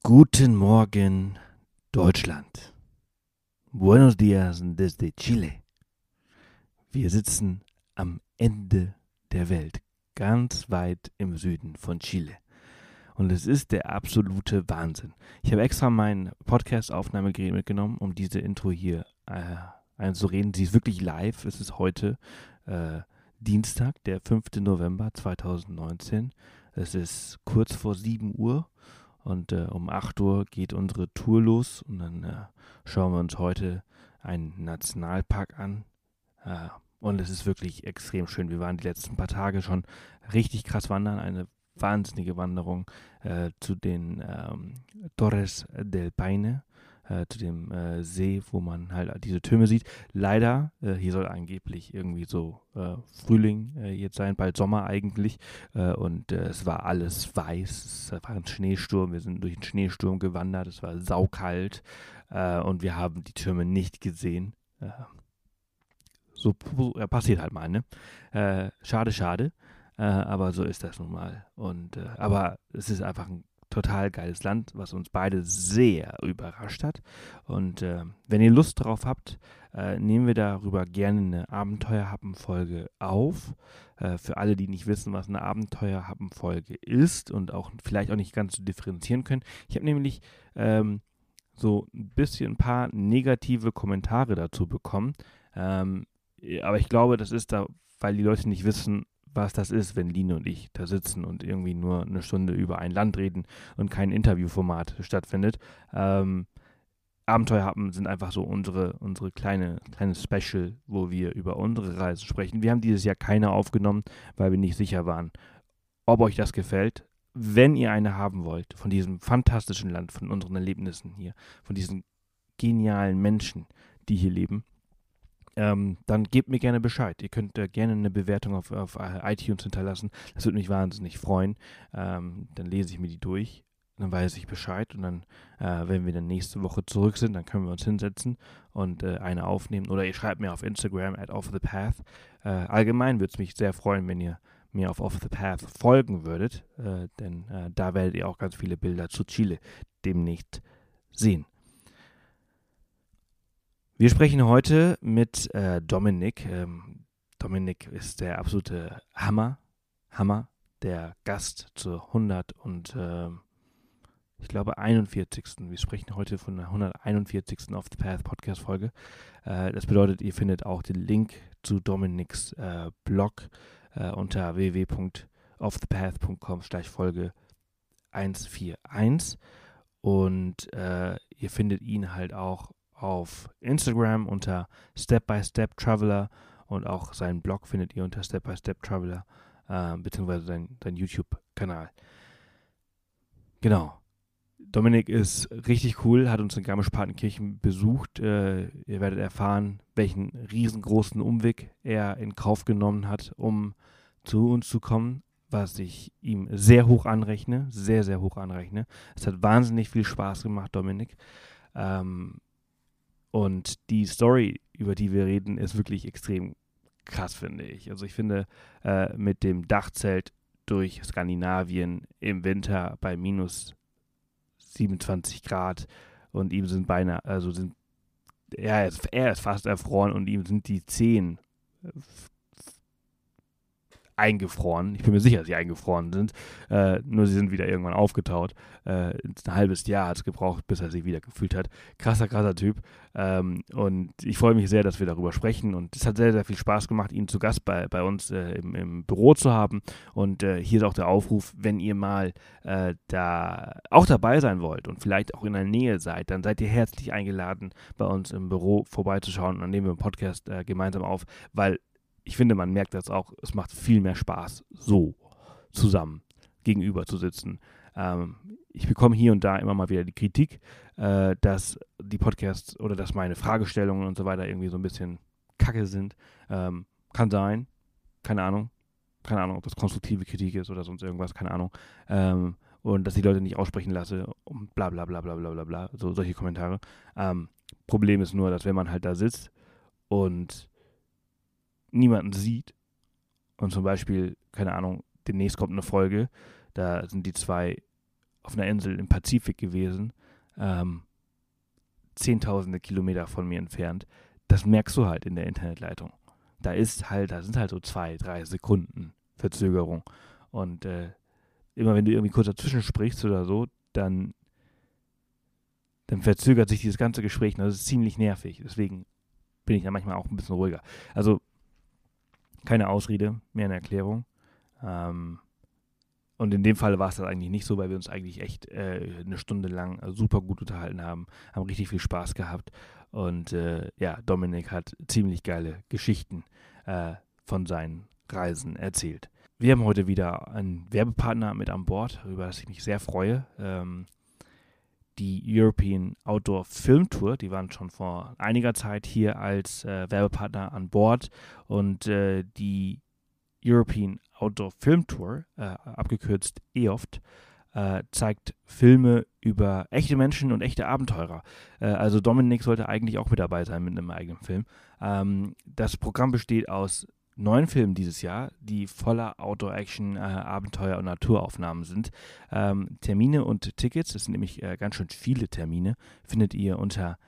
Guten Morgen, Deutschland. Buenos días desde Chile. Wir sitzen am Ende der Welt, ganz weit im Süden von Chile. Und es ist der absolute Wahnsinn. Ich habe extra mein Podcast-Aufnahmegerät mitgenommen, um diese Intro hier einzureden. Sie ist wirklich live. Es ist heute Dienstag, der 5. November 2019. Es ist kurz vor 7 Uhr. Und um 8 Uhr geht unsere Tour los und dann schauen wir uns heute einen Nationalpark an. Und es ist wirklich extrem schön. Wir waren die letzten paar Tage schon richtig krass wandern, eine wahnsinnige Wanderung zu den Torres del Paine, zu dem See, wo man halt diese Türme sieht. Leider, hier soll angeblich irgendwie so Frühling jetzt sein, bald Sommer eigentlich. Und es war alles weiß, es war ein Schneesturm, wir sind durch den Schneesturm gewandert, es war saukalt und wir haben die Türme nicht gesehen. So passiert halt mal, ne? Schade, schade, aber so ist das nun mal. Und aber es ist einfach ein total geiles Land, was uns beide sehr überrascht hat. Und wenn ihr Lust drauf habt, nehmen wir darüber gerne eine Abenteuerhappen-Folge auf. Für alle, die nicht wissen, was eine Abenteuerhappen-Folge ist und auch vielleicht auch nicht ganz so differenzieren können. Ich habe nämlich so ein paar negative Kommentare dazu bekommen. Aber ich glaube, das ist da, weil die Leute nicht wissen, was das ist, wenn Line und ich da sitzen und irgendwie nur eine Stunde über ein Land reden und kein Interviewformat stattfindet. Abenteuerhappen sind einfach so unsere kleine Special, wo wir über unsere Reise sprechen. Wir haben dieses Jahr keine aufgenommen, weil wir nicht sicher waren, ob euch das gefällt. Wenn ihr eine haben wollt, von diesem fantastischen Land, von unseren Erlebnissen hier, von diesen genialen Menschen, die hier leben, dann gebt mir gerne Bescheid. Ihr könnt gerne eine Bewertung auf iTunes hinterlassen. Das würde mich wahnsinnig freuen. Dann lese ich mir die durch, dann weiß ich Bescheid und dann, wenn wir dann nächste Woche zurück sind, dann können wir uns hinsetzen und eine aufnehmen. Oder ihr schreibt mir auf Instagram @offthepath. Allgemein würde es mich sehr freuen, wenn ihr mir auf Off the Path folgen würdet, denn da werdet ihr auch ganz viele Bilder zu Chile demnächst sehen. Wir sprechen heute mit Dominik. Dominik ist der absolute Hammer, der Gast zur 100 und ich glaube 41. Wir sprechen heute von der 141. Off the Path Podcast Folge. Das bedeutet, ihr findet auch den Link zu Dominiks Blog unter www.offthepath.com/Folge 141 und ihr findet ihn halt auch auf Instagram unter Step by Step Traveler und auch seinen Blog findet ihr unter Step by Step Traveler, beziehungsweise sein YouTube-Kanal. Genau. Dominik ist richtig cool, hat uns in Garmisch-Partenkirchen besucht. Ihr werdet erfahren, welchen riesengroßen Umweg er in Kauf genommen hat, um zu uns zu kommen, was ich ihm sehr hoch anrechne, sehr, sehr hoch anrechne. Es hat wahnsinnig viel Spaß gemacht, Dominik. Und die Story, über die wir reden, ist wirklich extrem krass, finde ich. Also ich finde, mit dem Dachzelt durch Skandinavien im Winter bei minus 27 Grad und ihm sind beinahe, er ist fast erfroren und ihm sind die Zehen eingefroren. Ich bin mir sicher, dass sie eingefroren sind. Nur sie sind wieder irgendwann aufgetaut. Ein halbes Jahr hat es gebraucht, bis er sich wieder gefühlt hat. Krasser Typ. Und ich freue mich sehr, dass wir darüber sprechen. Und es hat sehr, sehr viel Spaß gemacht, ihn zu Gast bei uns im Büro zu haben. Und hier ist auch der Aufruf, wenn ihr mal da auch dabei sein wollt und vielleicht auch in der Nähe seid, dann seid ihr herzlich eingeladen, bei uns im Büro vorbeizuschauen. Und dann nehmen wir einen Podcast gemeinsam auf, weil ich finde, man merkt das auch, es macht viel mehr Spaß, so zusammen gegenüber zu sitzen. Ich bekomme hier und da immer mal wieder die Kritik, dass die Podcasts oder dass meine Fragestellungen und so weiter irgendwie so ein bisschen kacke sind. Kann sein, keine Ahnung, ob das konstruktive Kritik ist oder sonst irgendwas, keine Ahnung. Und dass ich Leute nicht aussprechen lasse und bla bla bla bla bla bla bla, so solche Kommentare. Problem ist nur, dass wenn man halt da sitzt und niemanden sieht und zum Beispiel, keine Ahnung, demnächst kommt eine Folge, da sind die zwei auf einer Insel im Pazifik gewesen, zehntausende Kilometer von mir entfernt. Das merkst du halt in der Internetleitung. Da sind halt so 2-3 Sekunden Verzögerung. Und immer wenn du irgendwie kurz dazwischen sprichst oder so, dann verzögert sich dieses ganze Gespräch. Und das ist ziemlich nervig. Deswegen bin ich da manchmal auch ein bisschen ruhiger. Also keine Ausrede, mehr eine Erklärung. Und in dem Fall war es das eigentlich nicht so, weil wir uns eigentlich echt eine Stunde lang super gut unterhalten haben richtig viel Spaß gehabt. Und Dominik hat ziemlich geile Geschichten von seinen Reisen erzählt. Wir haben heute wieder einen Werbepartner mit an Bord, über das ich mich sehr freue. Die European Outdoor Film Tour, die waren schon vor einiger Zeit hier als Werbepartner an Bord. Und die European Outdoor Film Tour, abgekürzt EOFT, zeigt Filme über echte Menschen und echte Abenteurer. Also Dominik sollte eigentlich auch mit dabei sein mit einem eigenen Film. Das Programm besteht aus 9 Filmen dieses Jahr, die voller Outdoor-Action, Abenteuer und Naturaufnahmen sind. Termine und Tickets, das sind nämlich ganz schön viele Termine, findet ihr unter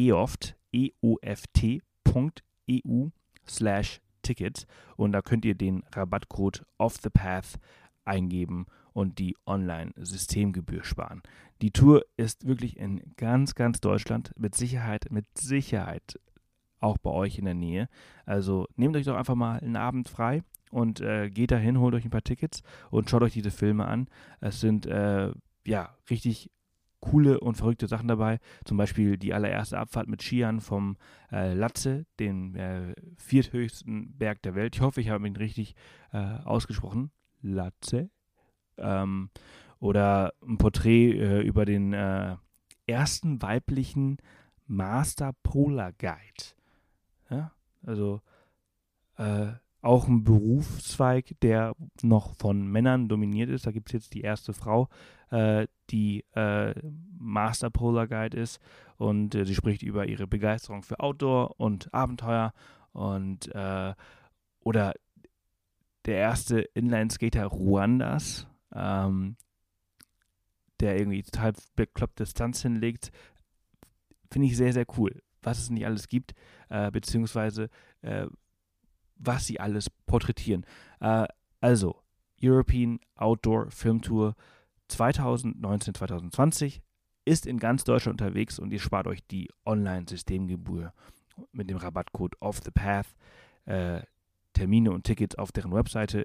eoft.eu/Tickets und da könnt ihr den Rabattcode OFFTHEPATH eingeben und die Online-Systemgebühr sparen. Die Tour ist wirklich in ganz, ganz Deutschland, mit Sicherheit auch bei euch in der Nähe. Also nehmt euch doch einfach mal einen Abend frei und geht dahin, holt euch ein paar Tickets und schaut euch diese Filme an. Es sind richtig coole und verrückte Sachen dabei. Zum Beispiel die allererste Abfahrt mit Skiern vom Latze, dem vierthöchsten Berg der Welt. Ich hoffe, ich habe ihn richtig ausgesprochen. Latze. Oder ein Porträt über den ersten weiblichen Master Polar Guide. Ja, also auch ein Berufszweig, der noch von Männern dominiert ist. Da gibt es jetzt die erste Frau, die Master Polar Guide ist und sie spricht über ihre Begeisterung für Outdoor und Abenteuer und oder der erste Inline-Skater Ruandas, der irgendwie total bekloppte Stunts hinlegt, finde ich sehr, sehr cool, was es nicht alles gibt, beziehungsweise was sie alles porträtieren. Also, European Outdoor Film Tour 2019-2020 ist in ganz Deutschland unterwegs und ihr spart euch die Online-Systemgebühr mit dem Rabattcode OFFTHEPATH. Termine und Tickets auf deren Webseite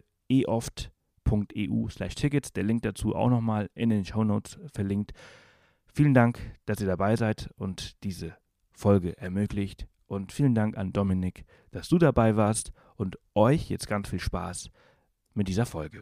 eoft.eu/Tickets. Der Link dazu auch nochmal in den Shownotes verlinkt. Vielen Dank, dass ihr dabei seid und diese Folge ermöglicht. Und vielen Dank an Dominik, dass du dabei warst und euch jetzt ganz viel Spaß mit dieser Folge.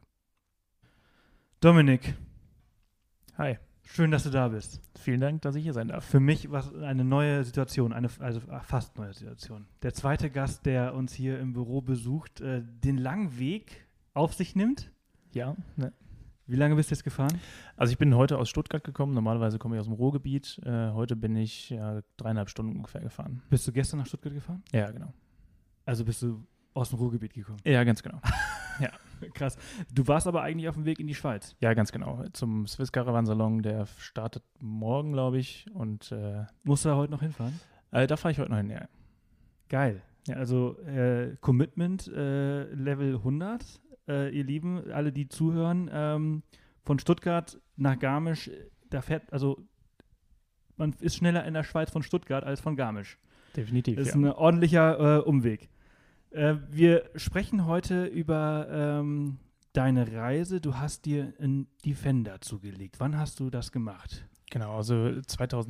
Dominik. Hi. Schön, dass du da bist. Vielen Dank, dass ich hier sein darf. Für mich war es eine neue Situation, fast neue Situation. Der zweite Gast, der uns hier im Büro besucht, den langen Weg auf sich nimmt. Ja. Ne. Wie lange bist du jetzt gefahren? Also ich bin heute aus Stuttgart gekommen. Normalerweise komme ich aus dem Ruhrgebiet. Heute bin ich 3,5 Stunden ungefähr gefahren. Bist du gestern nach Stuttgart gefahren? Ja, genau. Also bist du aus dem Ruhrgebiet gekommen? Ja, ganz genau. Ja, krass. Du warst aber eigentlich auf dem Weg in die Schweiz? Ja, ganz genau. Zum Swiss Caravan Salon, der startet morgen, glaube ich. Und musst du da heute noch hinfahren? Da fahre ich heute noch hin, ja. Geil. Ja, also Commitment Level 100, ihr Lieben, alle, die zuhören, von Stuttgart nach Garmisch, man ist schneller in der Schweiz von Stuttgart als von Garmisch. Definitiv, das ist ein ordentlicher Umweg. Wir sprechen heute über deine Reise. Du hast dir einen Defender zugelegt. Wann hast du das gemacht? Genau, also Ende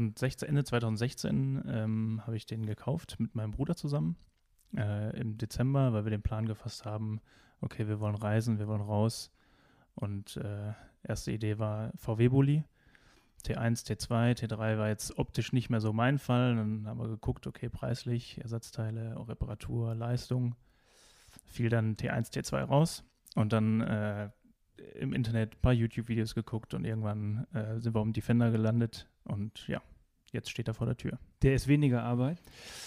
2016 habe ich den gekauft mit meinem Bruder zusammen. Im Dezember, weil wir den Plan gefasst haben, okay, wir wollen reisen, wir wollen raus. Und erste Idee war VW-Bulli. T1, T2, T3 war jetzt optisch nicht mehr so mein Fall. Dann haben wir geguckt, okay, preislich, Ersatzteile, Reparatur, Leistung. Fiel dann T1, T2 raus und dann im Internet ein paar YouTube-Videos geguckt und irgendwann sind wir auf dem Defender gelandet und ja, jetzt steht er vor der Tür. Der ist weniger Arbeit?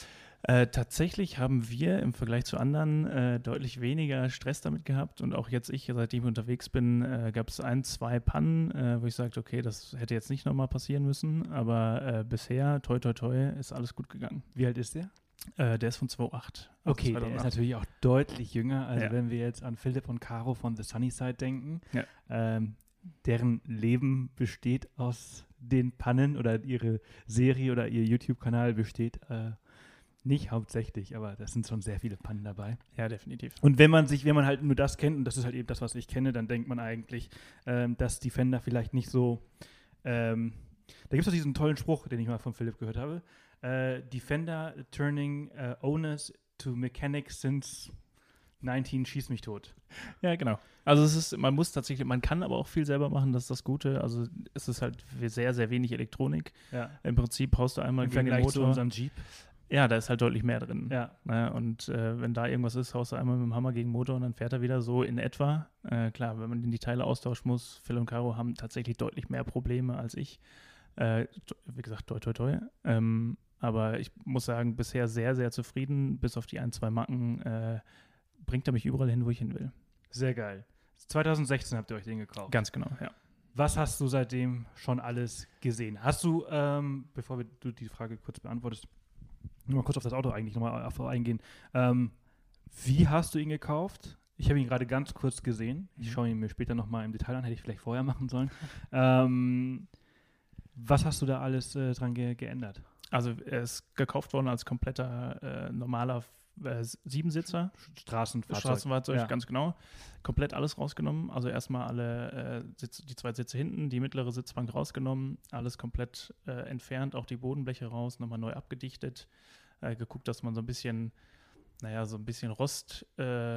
Tatsächlich haben wir im Vergleich zu anderen deutlich weniger Stress damit gehabt und auch jetzt seitdem ich unterwegs bin, gab es 1, 2 Pannen, wo ich sagte, okay, das hätte jetzt nicht nochmal passieren müssen, aber bisher, toi toi toi, ist alles gut gegangen. Wie alt ist der? Der ist von 2008. Okay, 2008. der ist natürlich auch deutlich jünger. Also Ja. wenn wir jetzt an Philipp und Caro von The Sunnyside denken, Ja. deren Leben besteht aus den Pannen oder ihre Serie oder ihr YouTube-Kanal besteht nicht hauptsächlich, aber das sind schon sehr viele Pannen dabei. Ja, definitiv. Und wenn man halt nur das kennt, und das ist halt eben das, was ich kenne, dann denkt man eigentlich, dass die Fender vielleicht nicht so, da gibt es doch diesen tollen Spruch, den ich mal von Philipp gehört habe, Defender turning owners to mechanics since 19 schieß mich tot. Ja, genau. Also man kann aber auch viel selber machen, das ist das Gute. Also es ist halt sehr, sehr wenig Elektronik. Ja. Im Prinzip haust du einmal Im gegen den Vergleich zu Motor. unserem Jeep. Ja, da ist halt deutlich mehr drin. Ja. Und wenn da irgendwas ist, haust du einmal mit dem Hammer gegen den Motor und dann fährt er wieder so in etwa. Klar, wenn man die Teile austauschen muss, Phil und Caro haben tatsächlich deutlich mehr Probleme als ich. Wie gesagt, toi, toi, toi. Aber ich muss sagen, bisher sehr, sehr zufrieden. Bis auf die 1, 2 Macken bringt er mich überall hin, wo ich hin will. Sehr geil. 2016 habt ihr euch den gekauft. Ganz genau, ja. Was hast du seitdem schon alles gesehen? Hast du, bevor du die Frage kurz beantwortest, nur mal kurz auf das Auto eigentlich nochmal eingehen. Wie hast du ihn gekauft? Ich habe ihn gerade ganz kurz gesehen. Ich schaue ihn mir später nochmal im Detail an. Hätte ich vielleicht vorher machen sollen. Was hast du da alles dran geändert? Also er ist gekauft worden als kompletter normaler 7-Sitzer. Straßenfahrzeug, ja. Ganz genau. Komplett alles rausgenommen. Also erstmal alle die 2 Sitze hinten, die mittlere Sitzbank rausgenommen, alles komplett entfernt, auch die Bodenbleche raus, nochmal neu abgedichtet, geguckt, dass man so ein bisschen Rost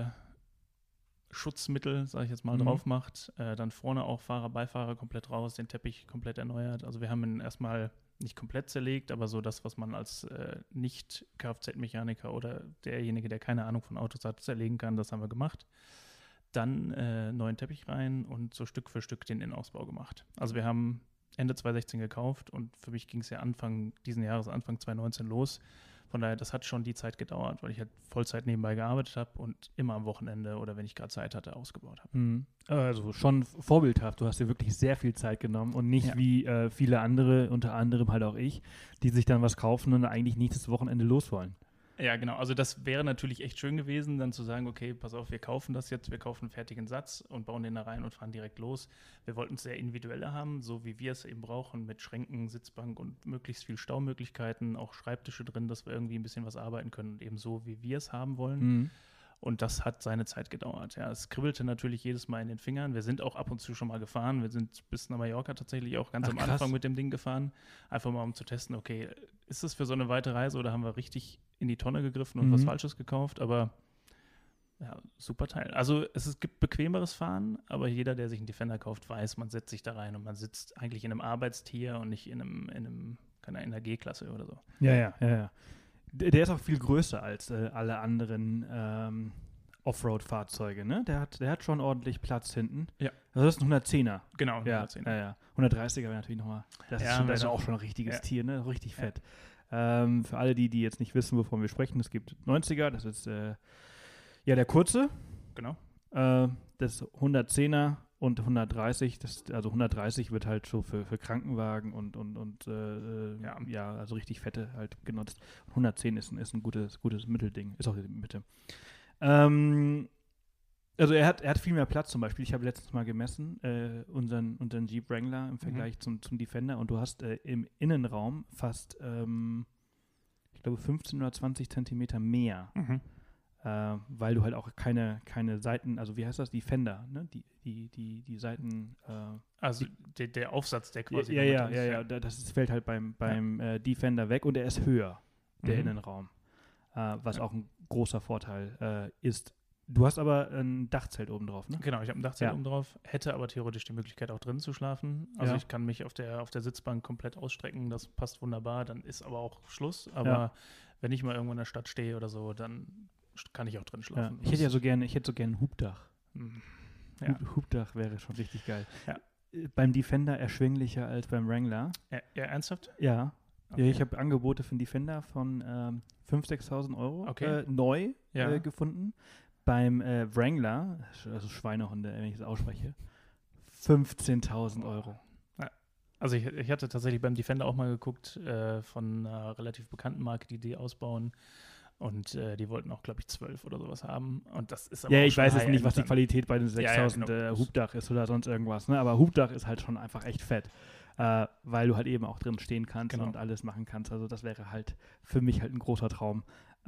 Schutzmittel, sage ich jetzt mal, drauf macht. Dann vorne auch Fahrer, Beifahrer komplett raus, den Teppich komplett erneuert. Also wir haben ihn erstmal nicht komplett zerlegt, aber so das, was man als Nicht-Kfz-Mechaniker oder derjenige, der keine Ahnung von Autos hat, zerlegen kann, das haben wir gemacht. Dann neuen Teppich rein und so Stück für Stück den Innenausbau gemacht. Also wir haben Ende 2016 gekauft und für mich ging es ja Anfang 2019 los. Von daher, das hat schon die Zeit gedauert, weil ich halt Vollzeit nebenbei gearbeitet habe und immer am Wochenende oder wenn ich gerade Zeit hatte, ausgebaut habe. Mhm. Also schon vorbildhaft. Du hast dir wirklich sehr viel Zeit genommen und nicht wie viele andere, unter anderem halt auch ich, die sich dann was kaufen und eigentlich nächstes Wochenende los wollen. Ja, genau. Also das wäre natürlich echt schön gewesen, dann zu sagen, okay, pass auf, wir kaufen das jetzt, wir kaufen einen fertigen Satz und bauen den da rein und fahren direkt los. Wir wollten es sehr individuell haben, so wie wir es eben brauchen, mit Schränken, Sitzbank und möglichst viel Staumöglichkeiten, auch Schreibtische drin, dass wir irgendwie ein bisschen was arbeiten können und eben so, wie wir es haben wollen. Mhm. Und das hat seine Zeit gedauert. Ja, es kribbelte natürlich jedes Mal in den Fingern. Wir sind auch ab und zu schon mal gefahren. Wir sind bis nach Mallorca tatsächlich auch ganz am Anfang mit dem Ding gefahren. Einfach mal, um zu testen, okay, ist es für so eine weite Reise oder haben wir richtig in die Tonne gegriffen und was Falsches gekauft? Aber ja, super Teil. Also es gibt bequemeres Fahren, aber jeder, der sich einen Defender kauft, weiß, man setzt sich da rein und man sitzt eigentlich in einem Arbeitstier und nicht in einer G-Klasse oder so. Ja. Der ist auch viel größer als alle anderen Offroad-Fahrzeuge, ne? Der hat schon ordentlich Platz hinten. Ja. Also das ist ein 110er. Genau, ein 110er. Ja. 130er wäre natürlich nochmal, das ist auch schon ein richtiges Tier, ne? Richtig fett. Für alle, die jetzt nicht wissen, wovon wir sprechen, es gibt 90er, das ist der kurze. Genau. Das 110er und 130, also 130 wird halt so für Krankenwagen und also richtig fette halt genutzt. 110 ist ein gutes Mittelding, ist auch in der Mitte. Also er hat viel mehr Platz zum Beispiel. Ich habe letztens mal gemessen, unseren Jeep Wrangler im Vergleich zum Defender und du hast im Innenraum fast, ich glaube 15 oder 20 Zentimeter mehr. Weil du halt auch keine Seiten, also wie heißt das, die Fender, ne? Die Seiten. Also der Aufsatz, der quasi. Ja. Das fällt halt beim Defender weg und er ist höher, der Innenraum. Was auch ein großer Vorteil ist. Du hast aber ein Dachzelt oben drauf, ne? Genau, ich habe ein Dachzelt oben drauf, hätte aber theoretisch die Möglichkeit auch drin zu schlafen. Also ich kann mich auf der Sitzbank komplett ausstrecken, das passt wunderbar, dann ist aber auch Schluss. Aber wenn ich mal irgendwo in der Stadt stehe oder so, dann kann ich auch drin schlafen. Ich hätte so gerne ein Hubdach. Ja. Hubdach wäre schon richtig geil. Ja. Beim Defender erschwinglicher als beim Wrangler. Ja, ernsthaft? Ja. Okay. Ja, ich habe Angebote für einen Defender von 5.000, 6.000 Euro neu gefunden. Beim Wrangler, also Schweinehunde, wenn ich es ausspreche, 15.000 Euro. Ja. Also ich hatte tatsächlich beim Defender auch mal geguckt, von einer relativ bekannten Marke, die ausbauen. Und die wollten auch, glaube ich, 12 oder sowas haben. Und das ist aber Ja, auch ich weiß jetzt High-End nicht, was die dann. Qualität bei den 6.000 genau. Hubdach ist oder sonst irgendwas. Ne? Aber Hubdach ist halt schon einfach echt fett, weil du halt eben auch drin stehen kannst und alles machen kannst. Also das wäre halt für mich halt ein großer Traum,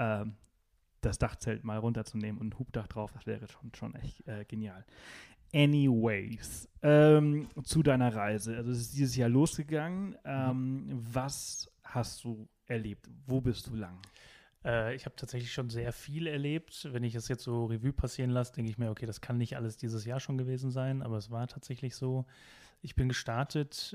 das Dachzelt mal runterzunehmen und ein Hubdach drauf. Das wäre schon echt genial. Anyways, zu deiner Reise. Also es ist dieses Jahr losgegangen. Was hast du erlebt? Wo bist du lang? Ich habe tatsächlich schon sehr viel erlebt. Wenn ich es jetzt so Revue passieren lasse, denke ich mir, okay, das kann nicht alles dieses Jahr schon gewesen sein, aber es war tatsächlich so. Ich bin gestartet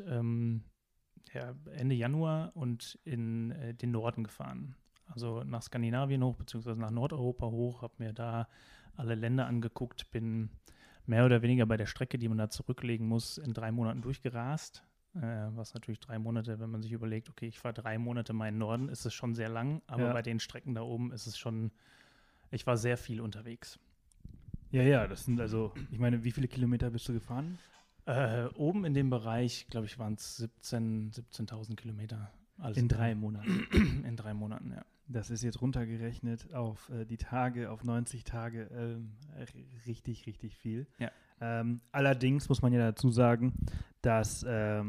Ende Januar und in den Norden gefahren. Also nach Skandinavien hoch, beziehungsweise nach Nordeuropa hoch, habe mir da alle Länder angeguckt, bin mehr oder weniger bei der Strecke, die man da zurücklegen muss, in 3 Monaten durchgerast. Was natürlich 3 Monate, wenn man sich überlegt, okay, ich fahre 3 Monate meinen Norden, ist es schon sehr lang, aber bei den Strecken da oben ist es schon, ich war sehr viel unterwegs. Ja, das sind also, ich meine, wie viele Kilometer bist du gefahren? Oben in dem Bereich, glaube ich, waren es 17.000 Kilometer. Also in 3 Monaten. In 3 Monaten, ja. Das ist jetzt runtergerechnet auf die Tage, auf 90 Tage, richtig, richtig viel. Ja. Allerdings muss man ja dazu sagen, dass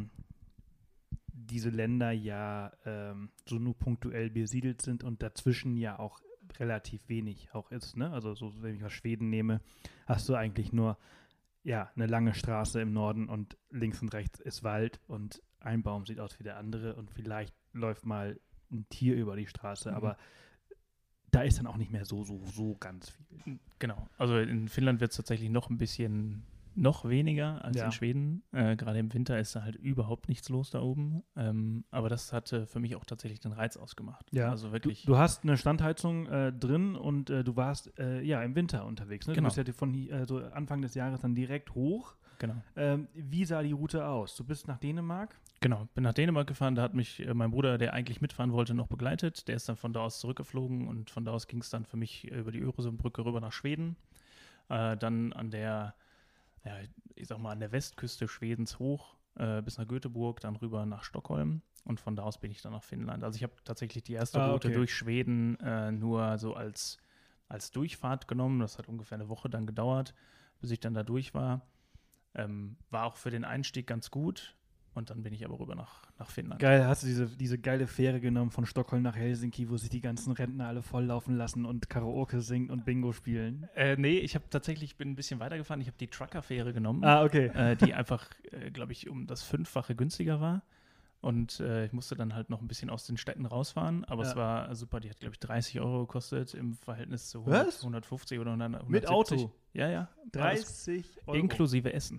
diese Länder ja so nur punktuell besiedelt sind und dazwischen ja auch relativ wenig auch ist. Ne? Also so, wenn ich mal Schweden nehme, hast du eigentlich nur eine lange Straße im Norden und links und rechts ist Wald und ein Baum sieht aus wie der andere und vielleicht läuft mal ein Tier über die Straße, aber da ist dann auch nicht mehr so ganz viel. Genau, also in Finnland wird es tatsächlich noch weniger als in Schweden. Gerade im Winter ist da halt überhaupt nichts los da oben. Aber das hatte für mich auch tatsächlich den Reiz ausgemacht. Ja, also wirklich. Du hast eine Standheizung drin und du warst im Winter unterwegs. Ne? Genau. Du bist ja von so Anfang des Jahres dann direkt hoch. Genau. Wie sah die Route aus? Du bist nach Dänemark? Genau, bin nach Dänemark gefahren. Da hat mich mein Bruder, der eigentlich mitfahren wollte, noch begleitet. Der ist dann von da aus zurückgeflogen und von da aus ging es dann für mich über die Öresundbrücke rüber nach Schweden. Dann an der Westküste Schwedens hoch bis nach Göteborg, dann rüber nach Stockholm und von da aus bin ich dann nach Finnland. Also ich habe tatsächlich die erste Route durch Schweden nur so als Durchfahrt genommen. Das hat ungefähr eine Woche dann gedauert, bis ich dann da durch war. War auch für den Einstieg ganz gut. Und dann bin ich aber rüber nach Finnland. Geil, hast du diese geile Fähre genommen von Stockholm nach Helsinki, wo sich die ganzen Rentner alle volllaufen lassen und Karaoke singen und Bingo spielen? Nee, ich bin ein bisschen weitergefahren. Ich habe die Trucker-Fähre genommen. Okay. Die einfach, glaube ich, um das 5-fache günstiger war. Und ich musste dann halt noch ein bisschen aus den Städten rausfahren. Aber es war super. Die hat, glaube ich, 30 Euro gekostet im Verhältnis zu 150 oder 170. Mit Auto? Ja. 30 Euro? Inklusive Essen.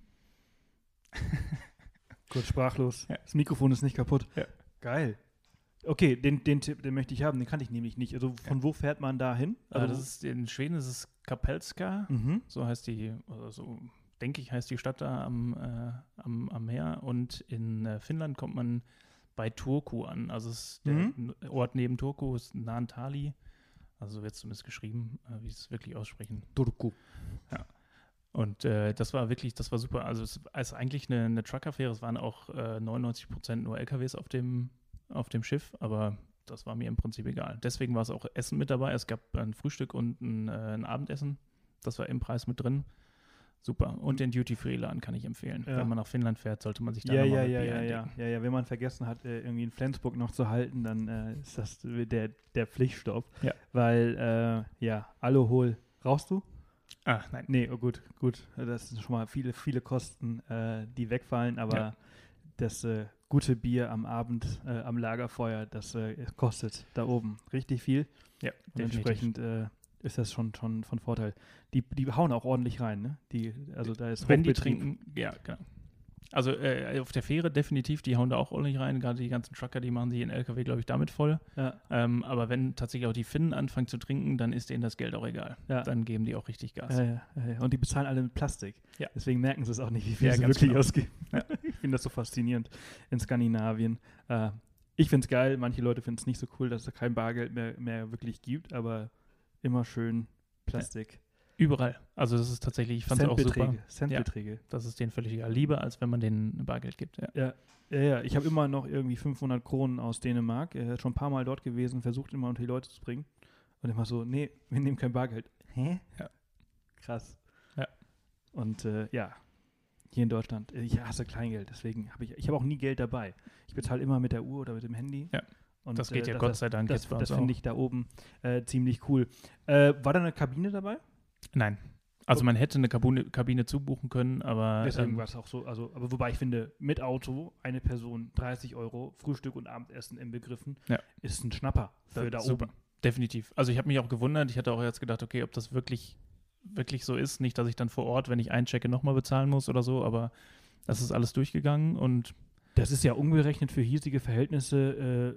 Kurz sprachlos. Ja. Das Mikrofon ist nicht kaputt. Ja. Geil. Okay, den Tipp, den möchte ich haben. Den kannte ich nämlich nicht. Also von wo fährt man da hin? Also in Schweden ist es Kapellskär. So heißt die, oder so denke ich, heißt die Stadt da am Meer. Und in Finnland kommt man bei Turku an. Also es ist der Ort neben Turku ist Naantali. Also so wird es zumindest geschrieben, wie sie es wirklich aussprechen. Turku. Ja. Und das war super. Also es ist eigentlich eine Trucker-Fähre. Es waren auch 99% nur LKWs auf dem Schiff, aber das war mir im Prinzip egal. Deswegen war es auch Essen mit dabei. Es gab ein Frühstück und ein Abendessen. Das war im Preis mit drin. Super. Und den Duty-Free-Laden kann ich empfehlen. Ja. Wenn man nach Finnland fährt, sollte man sich da nochmal mit Bier eindecken. Ja. Wenn man vergessen hat, irgendwie in Flensburg noch zu halten, dann ist das der Pflichtstopp. Ja. Weil, Alkohol, rauchst du? Nein. Nee, gut. Das sind schon mal viele, viele Kosten, die wegfallen, aber das gute Bier am Abend am Lagerfeuer, das kostet da oben richtig viel. Ja, dementsprechend ist das schon von Vorteil. Die hauen auch ordentlich rein, ne? Da ist wenn die trinken, ja, genau. Also auf der Fähre definitiv, die hauen da auch ordentlich rein. Gerade die ganzen Trucker, die machen sich in LKW, glaube ich, damit voll. Ja. Aber wenn tatsächlich auch die Finnen anfangen zu trinken, dann ist denen das Geld auch egal. Ja. Dann geben die auch richtig Gas. Ja. Und die bezahlen alle mit Plastik. Ja. Deswegen merken sie es auch nicht, wie viel sie wirklich ausgeben. Ja. Ich finde das so faszinierend in Skandinavien. Ich finde es geil, manche Leute finden es nicht so cool, dass es kein Bargeld mehr wirklich gibt, aber immer schön Plastik. Überall. Also das ist tatsächlich, ich fand es auch super. Centbeträge. Ja, das ist denen völlig egal. Lieber, als wenn man denen Bargeld gibt. Ja. Ja. Ich habe immer noch irgendwie 500 Kronen aus Dänemark. Schon ein paar Mal dort gewesen, versucht immer unter die Leute zu bringen. Und immer so, nee, wir nehmen kein Bargeld. Hä? Ja. Krass. Ja. Und hier in Deutschland, ich hasse Kleingeld, deswegen habe ich habe auch nie Geld dabei. Ich bezahle immer mit der Uhr oder mit dem Handy. Ja. Und das geht ja Gott sei Dank das jetzt bei uns finde auch. ich da oben ziemlich cool. War da eine Kabine dabei? Nein. Also man hätte eine Kabine zubuchen können, aber Deswegen war es auch so, aber wobei ich finde, mit Auto, eine Person, 30 €, Frühstück und Abendessen inbegriffen, ist ein Schnapper für da super. Oben. Definitiv. Also ich habe mich auch gewundert, ich hatte auch jetzt gedacht, okay, ob das wirklich so ist, nicht, dass ich dann vor Ort, wenn ich einchecke, nochmal bezahlen muss oder so, aber das ist alles durchgegangen und das ist ja umgerechnet für hiesige Verhältnisse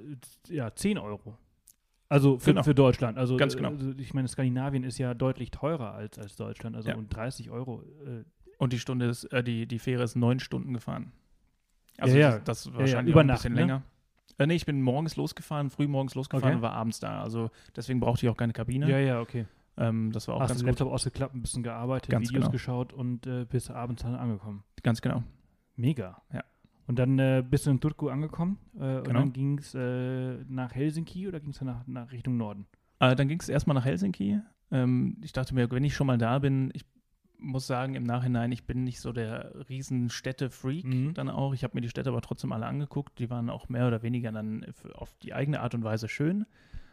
10 €. Also für Deutschland. Also, ganz genau. Also ich meine, Skandinavien ist ja deutlich teurer als Deutschland. Also und 30 €. Und die Stunde ist, die Fähre ist 9 Stunden gefahren. Also das wahrscheinlich über auch ein Nacht, bisschen länger. Nee, ich bin früh morgens losgefahren und war abends da. Also deswegen brauchte ich auch keine Kabine. Ja, okay. Das war auch Hast ganz den gut. Laptop ausgeklappt, ein bisschen gearbeitet, Ganz Videos genau. geschaut und bist abends dann angekommen. Ganz genau. Mega. Ja. Und dann bist du in Turku angekommen und Genau. dann ging es nach Helsinki oder ging es dann nach Richtung Norden? Dann ging es erstmal nach Helsinki. Ich dachte mir, wenn ich schon mal da bin, ich muss sagen, im Nachhinein, ich bin nicht so der riesen Städte-Freak dann auch. Ich habe mir die Städte aber trotzdem alle angeguckt. Die waren auch mehr oder weniger dann auf die eigene Art und Weise schön.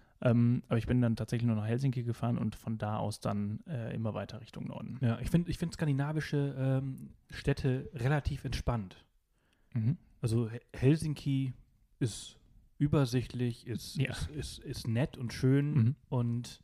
Aber ich bin dann tatsächlich nur nach Helsinki gefahren und von da aus dann immer weiter Richtung Norden. Ja, ich find skandinavische Städte relativ entspannt. Mhm. Also Helsinki ist übersichtlich, ist nett und schön und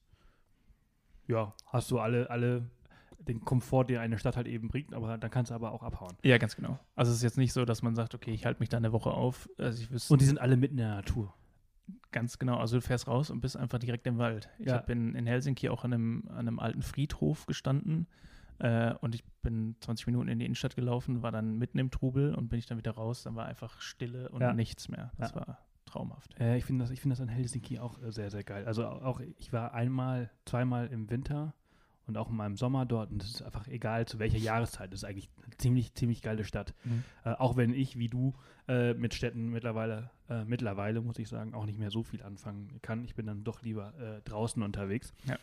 hast du alle den Komfort, den eine Stadt halt eben bringt, aber dann kannst du aber auch abhauen. Ja, ganz genau. Also es ist jetzt nicht so, dass man sagt, okay, ich halte mich da eine Woche auf. Also und die sind alle mitten in der Natur. Ganz genau. Also du fährst raus und bist einfach direkt im Wald. Ich habe in Helsinki auch an einem alten Friedhof gestanden und ich bin 20 Minuten in die Innenstadt gelaufen, war dann mitten im Trubel und bin ich dann wieder raus. Dann war einfach Stille und nichts mehr. Das war traumhaft. Ich finde das an Helsinki auch sehr, sehr geil. Also auch ich war zweimal im Winter und auch in meinem Sommer dort und es ist einfach egal, zu welcher Jahreszeit. Das ist eigentlich eine ziemlich, ziemlich geile Stadt. Auch wenn ich, wie du, mit Städten mittlerweile, muss ich sagen, auch nicht mehr so viel anfangen kann. Ich bin dann doch lieber draußen unterwegs. Ja.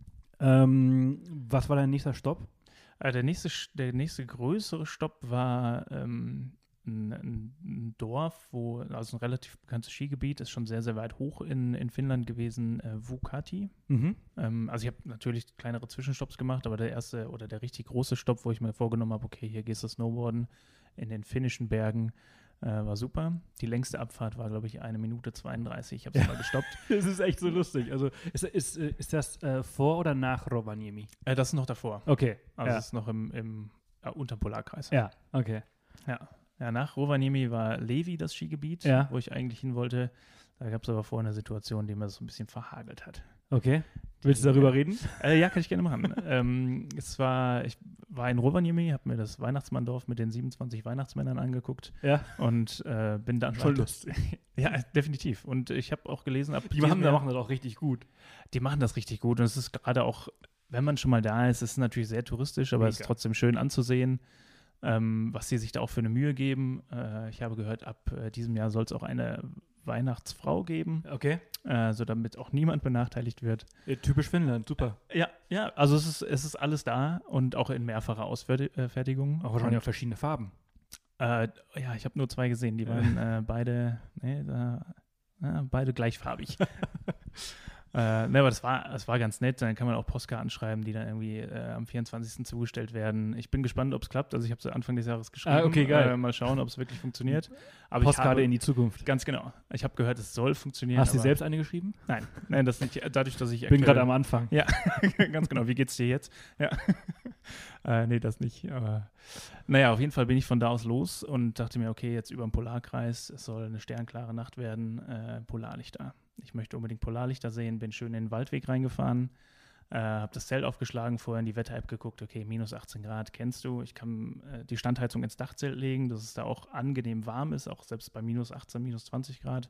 Was war dein nächster Stopp? Der nächste größere Stopp war ein Dorf, also ein relativ bekanntes Skigebiet, ist schon sehr, sehr weit hoch in Finnland gewesen, Vuokatti. Also ich habe natürlich kleinere Zwischenstopps gemacht, aber der erste oder der richtig große Stopp, wo ich mir vorgenommen habe, okay, hier gehst du Snowboarden in den finnischen Bergen, war super. Die längste Abfahrt war, glaube ich, 1 Minute 32. Ich habe es mal gestoppt. Das ist echt so lustig. Also ist das vor oder nach Rovaniemi? Das ist noch davor. Okay. Also es ist noch im Unterpolarkreis. Ja, okay. Ja, nach Rovaniemi war Levi das Skigebiet, wo ich eigentlich hin wollte. Da gab es aber vorher eine Situation, die mir so ein bisschen verhagelt hat. Okay. Willst du darüber reden? Ja, kann ich gerne machen. Ich war in Rovaniemi, habe mir das Weihnachtsmanndorf mit den 27 Weihnachtsmännern angeguckt und bin dann schon lustig. Ja, definitiv. Und ich habe auch gelesen, die machen das auch richtig gut. Die machen das richtig gut und es ist gerade auch, wenn man schon mal da ist, es ist natürlich sehr touristisch, aber es ist trotzdem schön anzusehen. Was sie sich da auch für eine Mühe geben. Ich habe gehört, ab diesem Jahr soll es auch eine Weihnachtsfrau geben. Okay. So damit auch niemand benachteiligt wird. Typisch Finnland, super. Ja, also es ist alles da und auch in mehrfacher Ausfertigung. Auch wahrscheinlich auch verschiedene Farben. Ich habe nur 2 gesehen, die waren beide gleichfarbig. Aber das war ganz nett. Dann kann man auch Postkarten schreiben, die dann irgendwie am 24. zugestellt werden. Ich bin gespannt, ob es klappt. Also ich habe sie Anfang des Jahres geschrieben. Okay, geil. Mal schauen, ob es wirklich funktioniert. Aber Postkarte in die Zukunft. Ganz genau. Ich habe gehört, es soll funktionieren. Hast du selbst eine geschrieben? Nein, das nicht. Dadurch, dass ich bin gerade am Anfang. Ja, ganz genau. Wie geht's dir jetzt? Ja. Nee, das nicht. Aber naja, auf jeden Fall bin ich von da aus los und dachte mir, okay, jetzt über den Polarkreis, es soll eine sternklare Nacht werden, Polarlichter. Ich möchte unbedingt Polarlichter sehen, bin schön in den Waldweg reingefahren, habe das Zelt aufgeschlagen, vorher in die Wetter-App geguckt, okay, minus 18 Grad, kennst du, ich kann die Standheizung ins Dachzelt legen, dass es da auch angenehm warm ist, auch selbst bei minus 18, minus 20 Grad.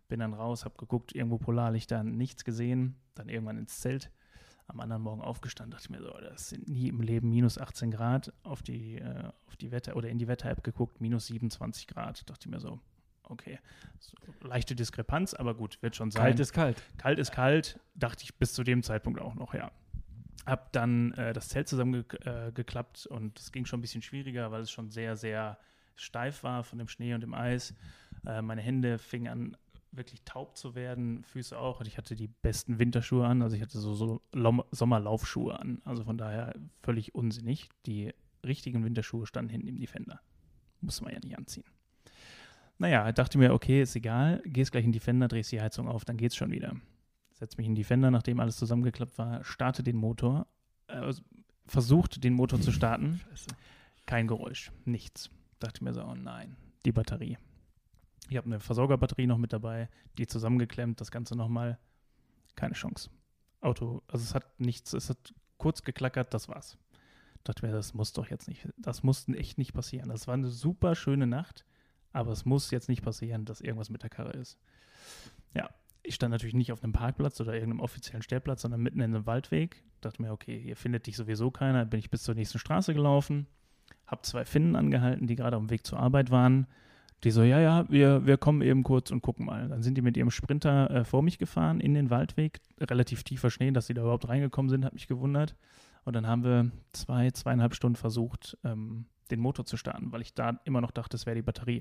Bin dann raus, habe geguckt, irgendwo Polarlichter, nichts gesehen. Dann irgendwann ins Zelt. Am anderen Morgen aufgestanden, dachte ich mir so, das sind nie im Leben minus 18 Grad. Auf die Wetter- oder in die Wetter-App geguckt, minus 27 Grad. Dachte ich mir so, okay, so, leichte Diskrepanz, aber gut, wird schon sein. Kalt ist kalt. Kalt ist kalt, dachte ich bis zu dem Zeitpunkt auch noch, ja. Hab dann das Zelt zusammengeklappt und es ging schon ein bisschen schwieriger, weil es schon sehr, sehr steif war von dem Schnee und dem Eis. Meine Hände fingen an, wirklich taub zu werden, Füße auch. Und ich hatte die besten Winterschuhe an, also ich hatte so Sommerlaufschuhe an. Also von daher völlig unsinnig. Die richtigen Winterschuhe standen hinten im Defender. Muss man ja nicht anziehen. Naja, dachte mir, okay, ist egal, gehst gleich in den Defender, drehst die Heizung auf, dann geht's schon wieder. Setz mich in den Defender, nachdem alles zusammengeklappt war, starte den Motor, versucht den Motor zu starten. Scheiße. Kein Geräusch, nichts. Dachte mir so, oh nein, die Batterie. Ich habe eine Versorgerbatterie noch mit dabei, die zusammengeklemmt, das Ganze nochmal. Keine Chance. Auto, also es hat nichts, es hat kurz geklackert, das war's. Dachte mir, das muss doch jetzt nicht, das muss echt nicht passieren. Das war eine super schöne Nacht, aber es muss jetzt nicht passieren, dass irgendwas mit der Karre ist. Ja, ich stand natürlich nicht auf einem Parkplatz oder irgendeinem offiziellen Stellplatz, sondern mitten in einem Waldweg. Dachte mir, okay, hier findet dich sowieso keiner. Bin ich bis zur nächsten Straße gelaufen, habe 2 Finnen angehalten, die gerade auf dem Weg zur Arbeit waren. Die so, ja, wir kommen eben kurz und gucken mal. Dann sind die mit ihrem Sprinter vor mich gefahren in den Waldweg. Relativ tiefer Schnee, dass sie da überhaupt reingekommen sind, hat mich gewundert. Und dann haben wir 2,5 Stunden versucht, den Motor zu starten, weil ich da immer noch dachte, es wäre die Batterie.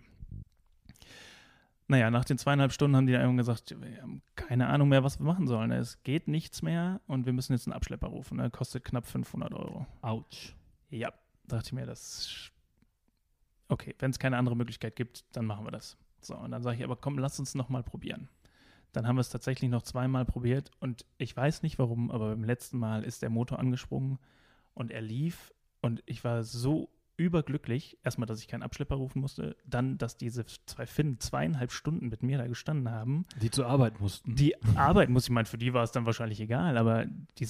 Naja, nach den 2,5 Stunden haben die dann irgendwann gesagt, wir haben keine Ahnung mehr, was wir machen sollen. Es geht nichts mehr und wir müssen jetzt einen Abschlepper rufen. Der kostet knapp 500 €. Autsch. Ja, dachte ich mir, okay, wenn es keine andere Möglichkeit gibt, dann machen wir das. So, und dann sage ich, aber komm, lass uns noch mal probieren. Dann haben wir es tatsächlich noch 2-mal probiert und ich weiß nicht warum, aber beim letzten Mal ist der Motor angesprungen und er lief und ich war so überglücklich, erstmal, dass ich keinen Abschlepper rufen musste, dann, dass diese 2 Finnen 2,5 Stunden mit mir da gestanden haben. Die zur Arbeit mussten. Die Arbeit, muss ich meinen, für die war es dann wahrscheinlich egal, aber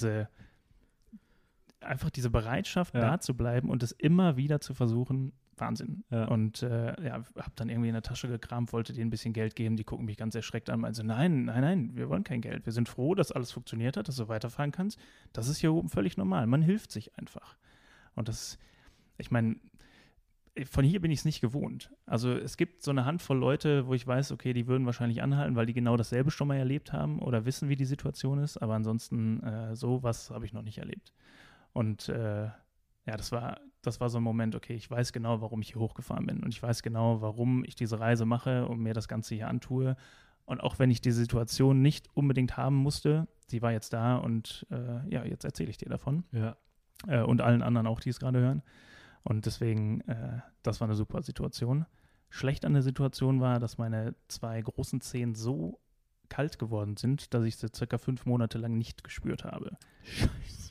einfach diese Bereitschaft, da zu bleiben und es immer wieder zu versuchen, Wahnsinn. Ja. Und habe dann irgendwie in der Tasche gekramt, wollte denen ein bisschen Geld geben, die gucken mich ganz erschreckt an und meinen so, nein, wir wollen kein Geld. Wir sind froh, dass alles funktioniert hat, dass du weiterfahren kannst. Das ist hier oben völlig normal. Man hilft sich einfach. Und das, ich meine, von hier bin ich es nicht gewohnt. Also es gibt so eine Handvoll Leute, wo ich weiß, okay, die würden wahrscheinlich anhalten, weil die genau dasselbe schon mal erlebt haben oder wissen, wie die Situation ist. Aber ansonsten sowas habe ich noch nicht erlebt. Und das war so ein Moment, okay, ich weiß genau, warum ich hier hochgefahren bin und ich weiß genau, warum ich diese Reise mache und mir das Ganze hier antue. Und auch wenn ich die Situation nicht unbedingt haben musste, sie war jetzt da und jetzt erzähle ich dir davon. Ja. Und allen anderen auch, die es gerade hören. Und deswegen, das war eine super Situation. Schlecht an der Situation war, dass meine 2 großen Zehen so kalt geworden sind, dass ich sie circa 5 Monate lang nicht gespürt habe. Scheiße.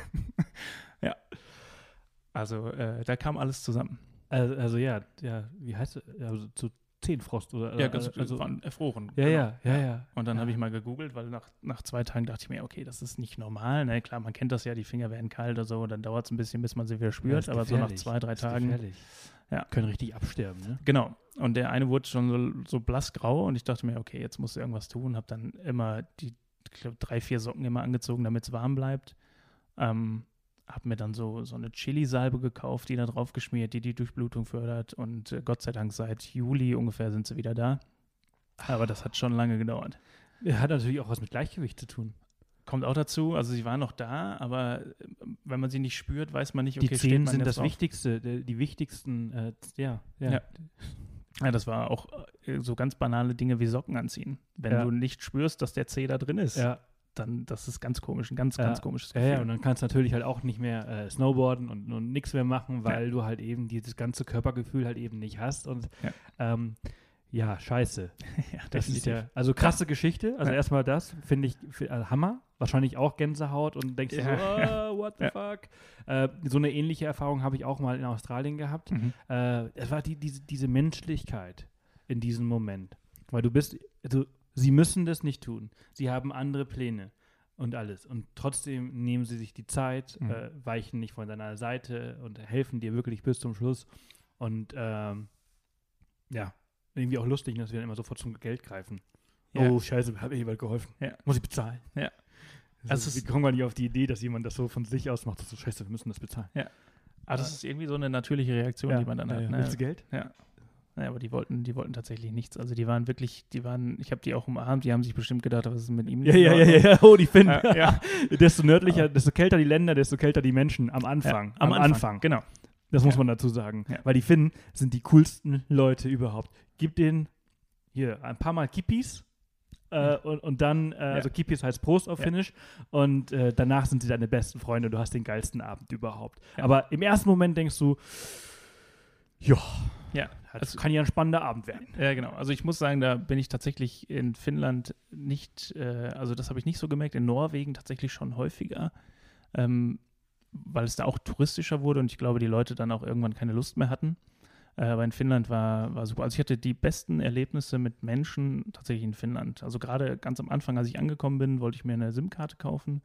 Ja. Also, da kam alles zusammen. Also ja, wie heißt es? Also zu Zehenfrost oder? Ja, ganz also, waren erfroren. Ja. Und dann habe ich mal gegoogelt, weil nach 2 Tagen dachte ich mir, okay, das ist nicht normal. Ne? Klar, man kennt das ja, die Finger werden kalt oder so, dann dauert es ein bisschen, bis man sie wieder spürt. Aber so nach 2-3 Tagen. Gefährlich. Ja. Können richtig absterben, ne? Genau. Und der eine wurde schon so blassgrau und ich dachte mir, okay, jetzt musst du irgendwas tun. Habe dann immer ich glaube, 3-4 Socken immer angezogen, damit es warm bleibt. Habe mir dann so eine Chili-Salbe gekauft, die da drauf geschmiert, die Durchblutung fördert. Und Gott sei Dank seit Juli ungefähr sind sie wieder da. Aber das hat schon lange gedauert. Hat natürlich auch was mit Gleichgewicht zu tun. Kommt auch dazu, also sie waren noch da, aber wenn man sie nicht spürt, weiß man nicht, okay, die Zehen sind das drauf? Wichtigste, die wichtigsten, Ja, das war auch so ganz banale Dinge wie Socken anziehen. Wenn du nicht spürst, dass der Zeh da drin ist, dann das ist ganz komisch, ein ganz komisches Gefühl. Ja, und dann kannst du natürlich halt auch nicht mehr snowboarden und nichts mehr machen, weil du halt eben dieses ganze Körpergefühl halt eben nicht hast und scheiße. Ja, das ist also krasse Geschichte. Also erstmal das, finde ich Hammer. Wahrscheinlich auch Gänsehaut und denkst what the fuck. So eine ähnliche Erfahrung habe ich auch mal in Australien gehabt. Es war diese Menschlichkeit in diesem Moment. Weil sie müssen das nicht tun. Sie haben andere Pläne und alles. Und trotzdem nehmen sie sich die Zeit, weichen nicht von deiner Seite und helfen dir wirklich bis zum Schluss. Und irgendwie auch lustig, dass wir dann immer sofort zum Geld greifen. Ja. Oh, scheiße, hat mir jemand geholfen. Ja. Muss ich bezahlen? Ja. Also, wie kommen wir nicht auf die Idee, dass jemand das so von sich aus macht? So, scheiße, wir müssen das bezahlen. Ja. Aber das ist irgendwie so eine natürliche Reaktion, die man dann hat. Ne? Willst du Geld? Ja. Naja, aber die wollten tatsächlich nichts. Also ich habe die auch umarmt, die haben sich bestimmt gedacht, was ist mit ihm? Ja. Oh, die Finnen. Ja. Desto nördlicher, desto kälter die Länder, desto kälter die Menschen am Anfang. Ja, am Anfang. Genau. Das muss man dazu sagen. Ja. Weil die Finnen sind die coolsten Leute überhaupt. Gib denen hier ein paar Mal Kippis und dann, also Kippis heißt Prost auf Finnisch und danach sind sie deine besten Freunde. Du hast den geilsten Abend überhaupt. Ja. Aber im ersten Moment denkst du, ja, das kann ja ein spannender Abend werden. Ja, genau. Also ich muss sagen, da bin ich tatsächlich in Finnland nicht, also das habe ich nicht so gemerkt, in Norwegen tatsächlich schon häufiger, weil es da auch touristischer wurde und ich glaube, die Leute dann auch irgendwann keine Lust mehr hatten. Aber in Finnland war super. Also ich hatte die besten Erlebnisse mit Menschen tatsächlich in Finnland. Also gerade ganz am Anfang, als ich angekommen bin, wollte ich mir eine SIM-Karte kaufen.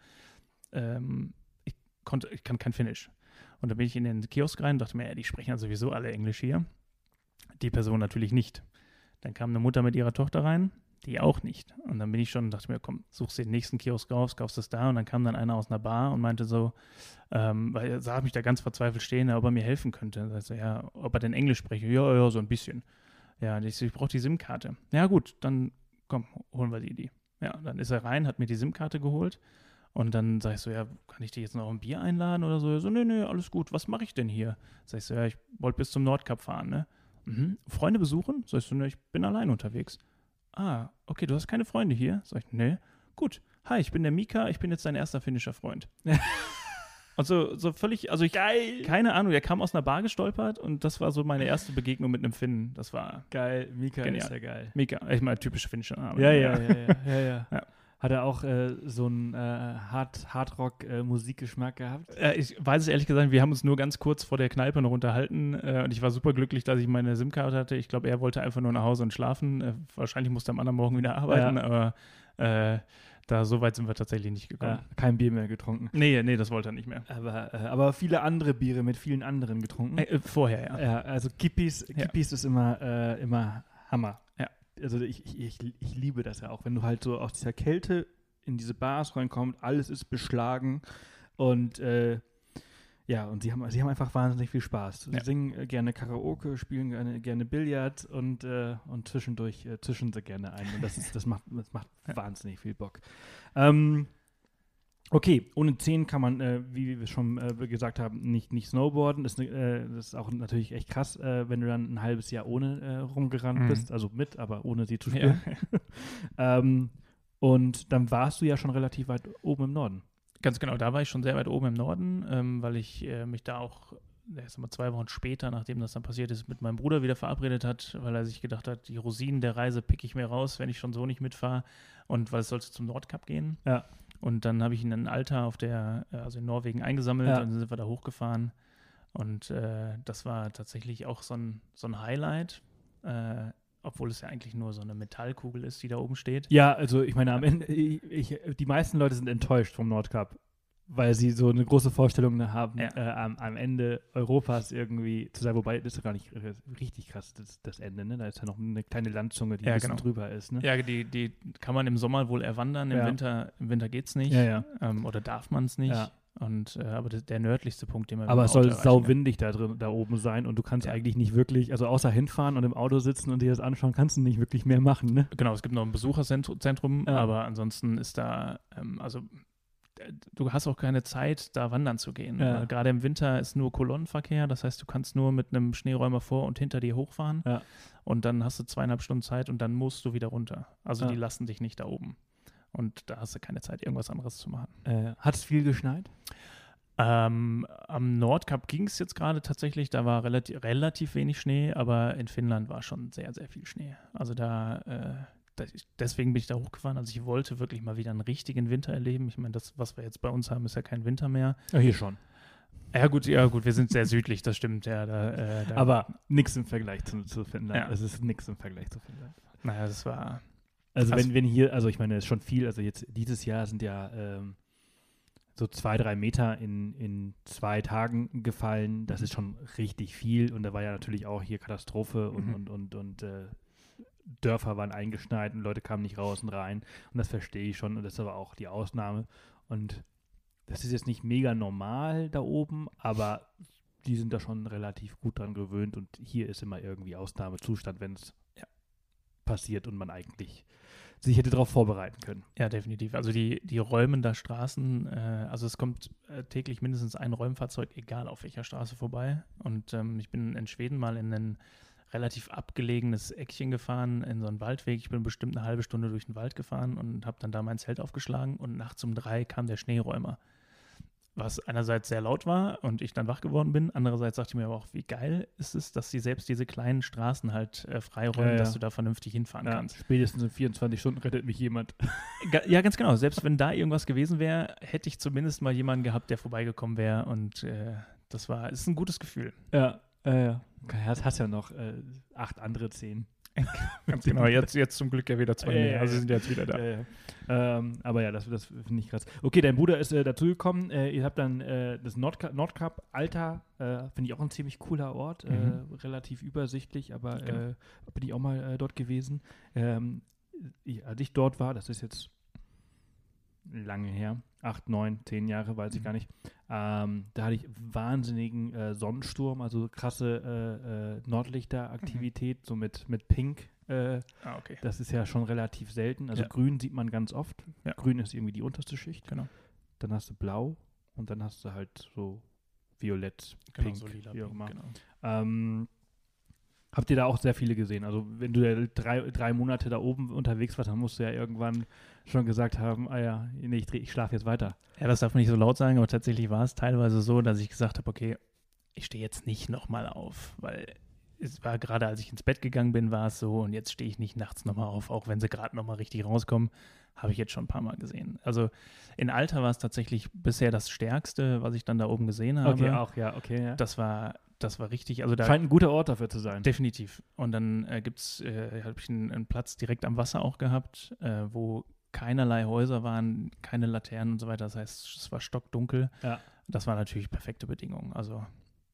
Ich kann kein Finnisch. Und dann bin ich in den Kiosk rein und dachte mir, ja, die sprechen ja sowieso alle Englisch hier. Die Person natürlich nicht. Dann kam eine Mutter mit ihrer Tochter rein, die auch nicht. Und dann bin ich schon und dachte mir, komm, suchst den nächsten Kiosk raus, kaufst es da. Und dann kam dann einer aus einer Bar und meinte so, weil er sah mich da ganz verzweifelt stehen, ob er mir helfen könnte. Da so, ja, ob er denn Englisch spreche. Ja, so ein bisschen. Ja, und ich brauche die SIM-Karte. Ja gut, dann komm, holen wir die. Ja, dann ist er rein, hat mir die SIM-Karte geholt. Und dann sag ich so, ja, kann ich dich jetzt noch ein Bier einladen oder so? Er so, nee, alles gut, was mache ich denn hier? Sag ich so, ja, ich wollte bis zum Nordkap fahren, ne? Freunde besuchen? Sag ich so, ne, ich bin allein unterwegs. Ah, okay, du hast keine Freunde hier? Sag ich, ne. Gut, hi, ich bin der Mika, ich bin jetzt dein erster finnischer Freund. Und so völlig, also geil. Keine Ahnung, der kam aus einer Bar gestolpert und das war so meine erste Begegnung mit einem Finnen. Das war geil, Mika genial. Ist ja geil. Mika, ich meine, typische finnische Name. Ja. Hat er auch so einen Hardrock-Musikgeschmack gehabt? Ich weiß es ehrlich gesagt, wir haben uns nur ganz kurz vor der Kneipe noch unterhalten und ich war super glücklich, dass ich meine SIM-Karte hatte. Ich glaube, er wollte einfach nur nach Hause und schlafen. Wahrscheinlich musste er am anderen Morgen wieder arbeiten, aber so weit sind wir tatsächlich nicht gekommen. Ja, kein Bier mehr getrunken. Nee, das wollte er nicht mehr. Aber viele andere Biere mit vielen anderen getrunken. Vorher, ja. Ja, also Kippis ist immer Hammer. Ja. Also ich liebe das ja auch, wenn du halt so aus dieser Kälte in diese Bars reinkommst, alles ist beschlagen und und sie haben einfach wahnsinnig viel Spaß. Sie singen gerne Karaoke, spielen gerne Billard und zwischendurch zischen sie gerne ein. Und das macht wahnsinnig viel Bock. Okay, ohne 10 kann man, wie wir schon gesagt haben, nicht snowboarden. Das ist auch natürlich echt krass, wenn du dann ein halbes Jahr ohne rumgerannt bist. Also mit, aber ohne sie zu spielen. Ja. Und dann warst du ja schon relativ weit oben im Norden. Ganz genau, da war ich schon sehr weit oben im Norden, weil ich mich da auch, 2 Wochen später, nachdem das dann passiert ist, mit meinem Bruder wieder verabredet hat, weil er sich gedacht hat, die Rosinen der Reise pick ich mir raus, wenn ich schon so nicht mitfahre. Und weil es sollte zum Nordkap gehen. Ja. Und dann habe ich ihn in Alta in Norwegen eingesammelt und dann sind wir da hochgefahren. Und das war tatsächlich auch so ein Highlight, obwohl es ja eigentlich nur so eine Metallkugel ist, die da oben steht. Ja, also ich meine, am Ende, die meisten Leute sind enttäuscht vom Nordkap, weil sie so eine große Vorstellung haben, am Ende Europas irgendwie zu sein, wobei das ist gar nicht richtig krass, das Ende, ne? Da ist ja noch eine kleine Landzunge, die ein bisschen drüber ist, ne? Ja, die kann man im Sommer wohl erwandern, im Winter geht's nicht. Oder darf man es nicht. Ja. Und aber der nördlichste Punkt, den man aber es soll sauwindig da oben sein und du kannst eigentlich nicht wirklich, also außer hinfahren und im Auto sitzen und dir das anschauen, kannst du nicht wirklich mehr machen, ne? Genau, es gibt noch ein Besucherzentrum, aber ansonsten ist da, du hast auch keine Zeit, da wandern zu gehen. Ja. Gerade im Winter ist nur Kolonnenverkehr, das heißt, du kannst nur mit einem Schneeräumer vor und hinter dir hochfahren und dann hast du 2,5 Stunden Zeit und dann musst du wieder runter. Also die lassen dich nicht da oben. Und da hast du keine Zeit, irgendwas anderes zu machen. Hat es viel geschneit? Am Nordkap ging es jetzt gerade tatsächlich, da war relativ wenig Schnee, aber in Finnland war schon sehr, sehr viel Schnee. Also deswegen bin ich da hochgefahren. Also ich wollte wirklich mal wieder einen richtigen Winter erleben. Ich meine, das, was wir jetzt bei uns haben, ist ja kein Winter mehr. Ja, hier schon. Ja gut, wir sind sehr südlich, das stimmt. Ja, aber nichts im Vergleich zu Finnland. Ja. Es ist nichts im Vergleich zu Finnland. Naja, das war... Also wenn hier, also ich meine, es ist schon viel, also jetzt dieses Jahr sind ja so 2-3 Meter in 2 Tagen gefallen. Das ist schon richtig viel und da war ja natürlich auch hier Katastrophe und Dörfer waren eingeschneit und Leute kamen nicht raus und rein. Und das verstehe ich schon und das ist aber auch die Ausnahme. Und das ist jetzt nicht mega normal da oben, aber die sind da schon relativ gut dran gewöhnt und hier ist immer irgendwie Ausnahmezustand, wenn es passiert und man eigentlich sich hätte darauf vorbereiten können. Ja, definitiv. Also die räumen da Straßen, also es kommt täglich mindestens ein Räumfahrzeug, egal auf welcher Straße vorbei. Und ich bin in Schweden mal in ein relativ abgelegenes Eckchen gefahren, in so einen Waldweg. Ich bin bestimmt eine halbe Stunde durch den Wald gefahren und habe dann da mein Zelt aufgeschlagen und nachts um 3 kam der Schneeräumer. Was einerseits sehr laut war und ich dann wach geworden bin. Andererseits dachte ich mir aber auch, wie geil ist es, dass sie selbst diese kleinen Straßen halt freiräumen, dass du da vernünftig hinfahren kannst. Spätestens in 24 Stunden rettet mich jemand. Ja, ganz genau. Selbst wenn da irgendwas gewesen wäre, hätte ich zumindest mal jemanden gehabt, der vorbeigekommen wäre und es ist ein gutes Gefühl. Ja. Hast ja noch 8 andere 10. Ganz genau, jetzt zum Glück ja wieder 2 mehr. Also sind jetzt wieder da. Aber ja, das finde ich krass. Okay, dein Bruder ist dazugekommen. Ihr habt dann das Nordkap, Alta, finde ich auch ein ziemlich cooler Ort. Relativ übersichtlich, aber bin ich auch mal dort gewesen. Als ich dort war, das ist jetzt lange her, 8, 9, 10 Jahre, weiß ich gar nicht. Da hatte ich wahnsinnigen Sonnensturm, also krasse Nordlichteraktivität, so mit Pink. Okay. Das ist ja schon relativ selten. Also grün sieht man ganz oft. Ja. Grün ist irgendwie die unterste Schicht. Genau. Dann hast du blau und dann hast du halt so violett, genau, pink, so lila, wie auch immer. Genau. Habt ihr da auch sehr viele gesehen? Also wenn du ja 3 Monate da oben unterwegs warst, dann musst du ja irgendwann schon gesagt haben, ich schlafe jetzt weiter. Ja, das darf man nicht so laut sagen, aber tatsächlich war es teilweise so, dass ich gesagt habe, okay, ich stehe jetzt nicht nochmal auf, weil es war gerade, als ich ins Bett gegangen bin, war es so und jetzt stehe ich nicht nachts nochmal auf, auch wenn sie gerade nochmal richtig rauskommen, habe ich jetzt schon ein paar Mal gesehen. Also in Alta war es tatsächlich bisher das Stärkste, was ich dann da oben gesehen habe. Okay, auch, ja, okay, ja. Das war richtig, also da scheint ein guter Ort dafür zu sein. Definitiv. Und dann habe ich einen Platz direkt am Wasser auch gehabt, wo keinerlei Häuser waren, keine Laternen und so weiter. Das heißt, es war stockdunkel. Ja. Das war natürlich perfekte Bedingungen. Also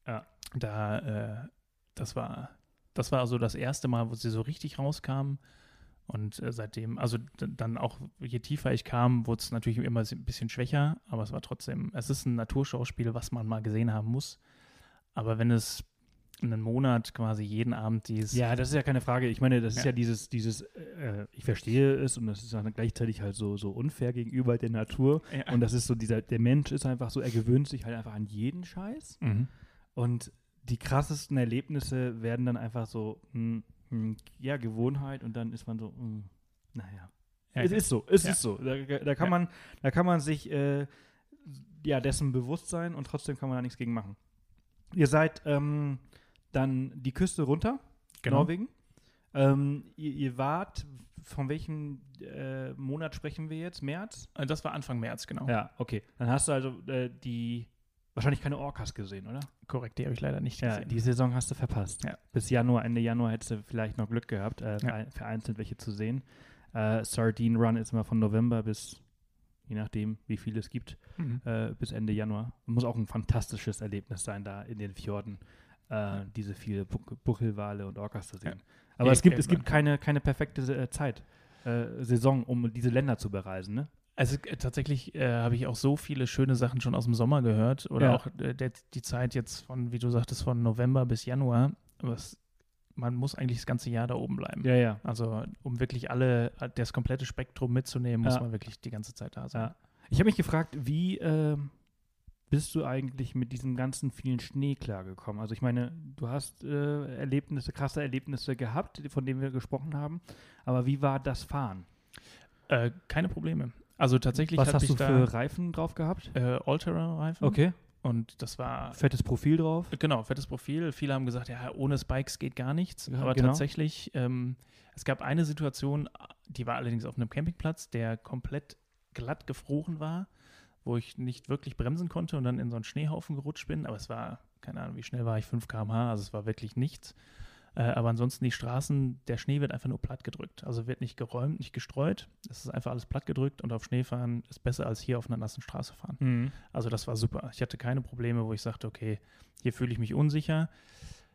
das war also das erste Mal, wo sie so richtig rauskamen. Und seitdem, also dann auch, je tiefer ich kam, wurde es natürlich immer ein bisschen schwächer, aber es war trotzdem, es ist ein Naturschauspiel, was man mal gesehen haben muss. Aber wenn es einen Monat quasi jeden Abend Ja, das ist ja keine Frage. Ich meine, das ist ja dieses ich verstehe es und das ist dann gleichzeitig halt so unfair gegenüber der Natur. Ja. Und das ist so der Mensch ist einfach so, er gewöhnt sich halt einfach an jeden Scheiß. Und die krassesten Erlebnisse werden dann einfach so, Gewohnheit und dann ist man so, naja. Ja, es ist so. Da kann man sich dessen bewusst sein und trotzdem kann man da nichts gegen machen. Ihr seid dann die Küste runter, genau. Norwegen. Ihr wart, von welchem Monat sprechen wir jetzt? März? Das war Anfang März, genau. Ja, okay. Dann hast du also wahrscheinlich keine Orcas gesehen, oder? Korrekt, die habe ich leider nicht gesehen. Ja, die Saison hast du verpasst. Ja. Bis Ende Januar hättest du vielleicht noch Glück gehabt, vereinzelt welche zu sehen. Sardine Run ist immer von November bis, je nachdem, wie viel es gibt, bis Ende Januar. Muss auch ein fantastisches Erlebnis sein, da in den Fjorden diese viele Buckelwale und Orcas zu sehen. Aber es gibt keine perfekte Saison, um diese Länder zu bereisen, ne? Also tatsächlich habe ich auch so viele schöne Sachen schon aus dem Sommer gehört oder auch die Zeit jetzt von, wie du sagtest, von November bis Januar. Man muss eigentlich das ganze Jahr da oben bleiben. Ja, ja. Also um wirklich das komplette Spektrum mitzunehmen, muss man wirklich die ganze Zeit da sein. Ja. Ich habe mich gefragt, wie bist du eigentlich mit diesem ganzen vielen Schnee klargekommen? Also ich meine, du hast krasse Erlebnisse gehabt, von denen wir gesprochen haben, aber wie war das Fahren? Keine Probleme. Also tatsächlich Was hast du für Reifen drauf gehabt? All-Terrain-Reifen. Okay. Und das war... Fettes Profil drauf? Genau, fettes Profil. Viele haben gesagt, ja, ohne Spikes geht gar nichts. Ja, aber tatsächlich, es gab eine Situation, die war allerdings auf einem Campingplatz, der komplett glatt gefroren war, wo ich nicht wirklich bremsen konnte und dann in so einen Schneehaufen gerutscht bin. Aber es war, keine Ahnung, wie schnell war ich, 5 km/h, also es war wirklich nichts. Aber ansonsten die Straßen, der Schnee wird einfach nur platt gedrückt. Also wird nicht geräumt, nicht gestreut. Es ist einfach alles platt gedrückt und auf Schnee fahren ist besser als hier auf einer nassen Straße fahren. Also das war super. Ich hatte keine Probleme, wo ich sagte, okay, hier fühle ich mich unsicher.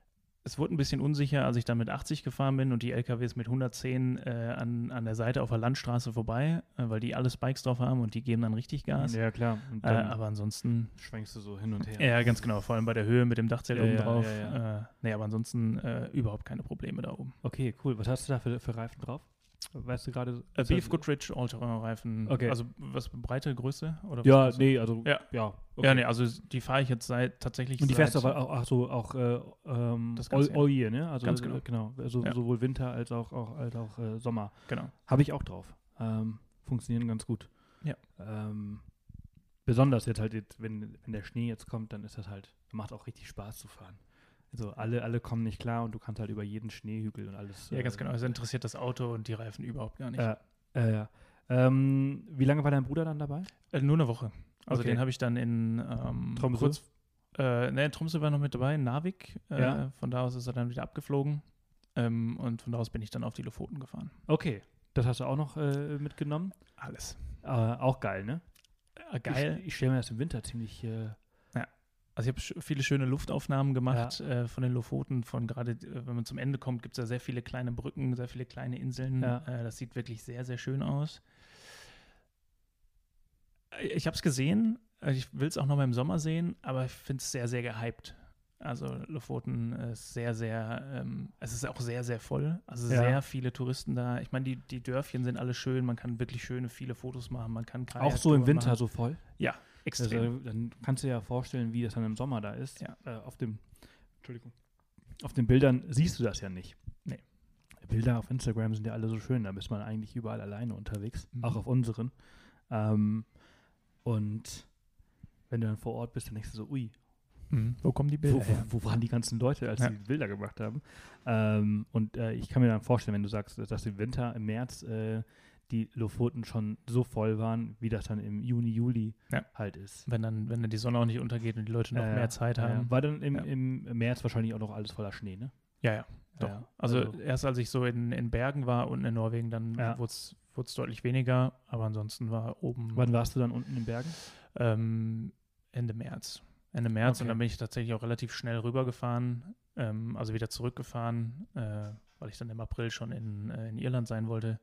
es wurde ein bisschen unsicher, als ich dann mit 80 gefahren bin und die LKWs mit 110 an der Seite auf der Landstraße vorbei, weil die alle Spikes drauf haben und die geben dann richtig Gas. Ja, klar. Und dann Aber ansonsten schwenkst du so hin und her. ja, ganz genau, vor allem bei der Höhe mit dem Dachzelt oben drauf. Ja. Nee, aber ansonsten überhaupt keine Probleme da oben. Okay, cool. Was hast du da für Reifen drauf? Weißt du gerade? Beef Goodrich All-Terrain-Reifen. Okay. Also was, Breite, Größe? Oder Ja, was nee, also Ja. Okay. Ja, nee, also die fahre ich jetzt tatsächlich Und die seit... fährst du aber auch Das ganze Jahr. all year, ne? Also, Ganz genau. Genau. Also Ja. sowohl Winter als auch Sommer. Genau. Habe ich auch drauf. Funktionieren ganz gut. Ja. Besonders wenn der Schnee jetzt kommt, dann ist das halt, macht auch richtig Spaß zu fahren. Also alle kommen nicht klar und du kannst halt über jeden Schneehügel und alles. Ja, ganz genau. Also interessiert das Auto und die Reifen überhaupt gar nicht. Ja. Wie lange war dein Bruder dann dabei? Nur eine Woche. Also Okay. den habe ich dann in Tromsø? Tromsø war noch mit dabei, in Narvik. Ja. Von da aus ist er dann wieder abgeflogen. Und von da aus bin ich dann auf die Lofoten gefahren. Okay, das hast du auch noch mitgenommen. Alles. Auch geil, ne? Geil. Ich stelle mir das im Winter ziemlich. Also ich habe viele schöne Luftaufnahmen gemacht von den Lofoten. Von gerade, wenn man zum Ende kommt, gibt es ja sehr viele kleine Brücken, sehr viele kleine Inseln. Ja. Das sieht wirklich sehr, sehr schön aus. Ich habe es gesehen. Ich will es auch noch mal im Sommer sehen, aber ich finde es sehr, sehr gehypt. Also Lofoten ist sehr, sehr, es ist auch sehr, sehr voll. Also sehr viele Touristen da. Ich meine, die Dörfchen sind alle schön. Man kann wirklich schöne, viele Fotos machen. Man kann Auch so im Winter machen. so voll? Ja, extrem. Also, dann kannst du dir ja vorstellen, wie das dann im Sommer da ist. Ja. Auf den Bildern siehst du das ja nicht. Nee. Bilder auf Instagram sind ja alle so schön. Da ist man eigentlich überall alleine unterwegs. Mhm. Auch auf unseren. Und wenn du dann vor Ort bist, dann denkst du so, ui, Wo kommen die Bilder her? wo waren die ganzen Leute, als Ja. die Bilder gemacht haben? Ich kann mir dann vorstellen, wenn du sagst, dass im Winter, im März, die Lofoten schon so voll waren, wie das dann im Juni, Juli halt ist. Wenn dann die Sonne auch nicht untergeht und die Leute noch mehr Zeit haben. War dann im März wahrscheinlich auch noch alles voller Schnee, ne? Ja. Doch. Ja. Also erst als ich so in Bergen war, unten in Norwegen, dann wurde es deutlich weniger, aber ansonsten war oben... Wann warst du dann unten in Bergen? Ende März. Und Okay. dann bin ich tatsächlich auch relativ schnell rübergefahren, also wieder zurückgefahren, weil ich dann im April schon in Irland sein wollte.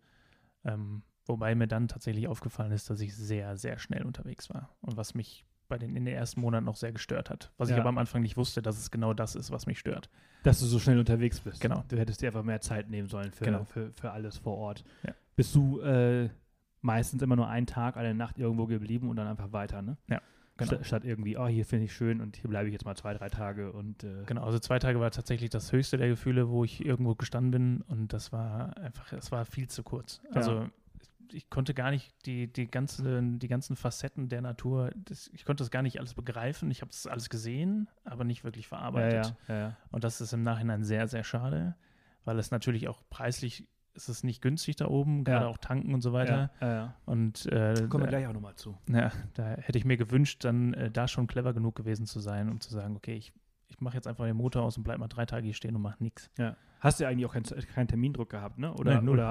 Wobei mir dann tatsächlich aufgefallen ist, dass ich sehr, sehr schnell unterwegs war. Und was mich in den ersten Monaten noch sehr gestört hat. Was ich aber am Anfang nicht wusste, dass es genau das ist, was mich stört. Dass du so schnell unterwegs bist. Genau. Du hättest dir einfach mehr Zeit nehmen sollen für alles vor Ort. Ja. Bist du meistens immer nur einen Tag, eine Nacht irgendwo geblieben und dann einfach weiter, ne? Ja. Genau. Statt irgendwie, hier finde ich schön und hier bleibe ich jetzt mal 2-3 Tage und Genau, also 2 Tage war tatsächlich das höchste der Gefühle, wo ich irgendwo gestanden bin und das war viel zu kurz. Also ich konnte gar nicht die ganzen Facetten der Natur, ich konnte das gar nicht alles begreifen. Ich habe das alles gesehen, aber nicht wirklich verarbeitet. Ja. Und das ist im Nachhinein sehr, sehr schade, weil es natürlich auch preislich ist es nicht günstig da oben, gerade auch tanken und so weiter. Ja. Und Kommen wir gleich auch nochmal zu. Ja, da hätte ich mir gewünscht, dann da schon clever genug gewesen zu sein, um zu sagen, okay, ich mache jetzt einfach den Motor aus und bleib mal 3 Tage hier stehen und mach nichts. Ja. Hast du eigentlich auch keinen Termindruck gehabt, ne? Oder, Nein, null.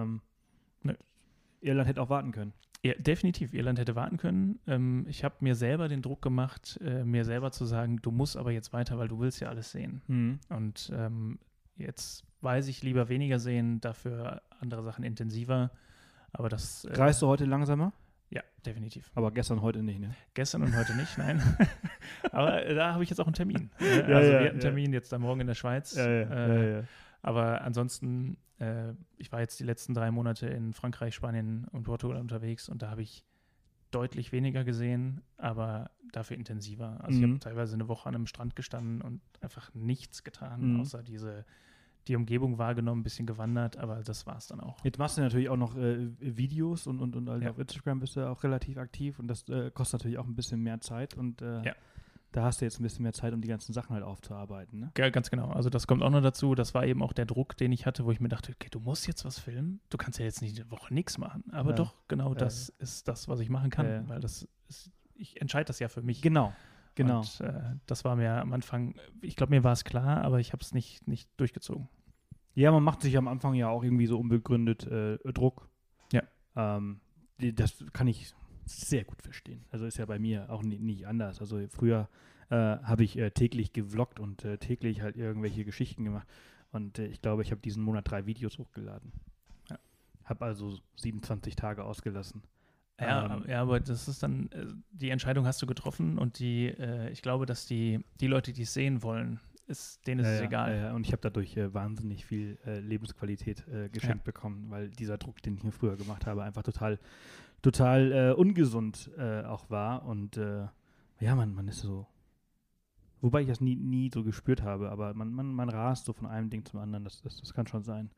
Nö. Irland hätte auch warten können. Ja, definitiv. Irland hätte warten können. Ich habe mir selber den Druck gemacht, mir selber zu sagen, du musst aber jetzt weiter, weil du willst ja alles sehen. Und jetzt weiß ich, lieber weniger sehen, dafür andere Sachen intensiver. Aber das... Reist du heute langsamer? Ja, definitiv. Aber gestern, heute nicht, ne? Gestern und heute nicht, nein. Aber da habe ich jetzt auch einen Termin. Wir hatten einen Termin jetzt da morgen in der Schweiz. Ja. Aber ansonsten, ich war jetzt die letzten 3 Monate in Frankreich, Spanien und Portugal unterwegs und da habe ich deutlich weniger gesehen, aber dafür intensiver. Also ich habe teilweise eine Woche an einem Strand gestanden und einfach nichts getan, außer die Umgebung wahrgenommen, ein bisschen gewandert, aber das war es dann auch. Jetzt machst du natürlich auch noch Videos und auf Instagram bist du auch relativ aktiv und das kostet natürlich auch ein bisschen mehr Zeit und da hast du jetzt ein bisschen mehr Zeit, um die ganzen Sachen halt aufzuarbeiten, ne? Ja, ganz genau. Also das kommt auch noch dazu. Das war eben auch der Druck, den ich hatte, wo ich mir dachte, okay, du musst jetzt was filmen. Du kannst ja jetzt nicht eine Woche nichts machen. Aber doch, genau das ist das, was ich machen kann. Weil ich entscheide das ja für mich. Genau. Und das war mir am Anfang, ich glaube, mir war es klar, aber ich habe es nicht durchgezogen. Ja, man macht sich am Anfang ja auch irgendwie so unbegründet Druck. Ja. Das kann ich sehr gut verstehen. Also ist ja bei mir auch nicht anders. Also früher habe ich täglich gevloggt und täglich halt irgendwelche Geschichten gemacht. Und ich glaube, ich habe diesen Monat 3 Videos hochgeladen. Ja. Habe also 27 Tage ausgelassen. Ja, aber das ist dann, die Entscheidung hast du getroffen und ich glaube, dass die Leute, die es sehen wollen, denen ist es egal. Und ich habe dadurch wahnsinnig viel Lebensqualität geschenkt bekommen, weil dieser Druck, den ich mir früher gemacht habe, einfach total ungesund auch war. Und man ist so, wobei ich das nie so gespürt habe, aber man rast so von einem Ding zum anderen, das kann schon sein.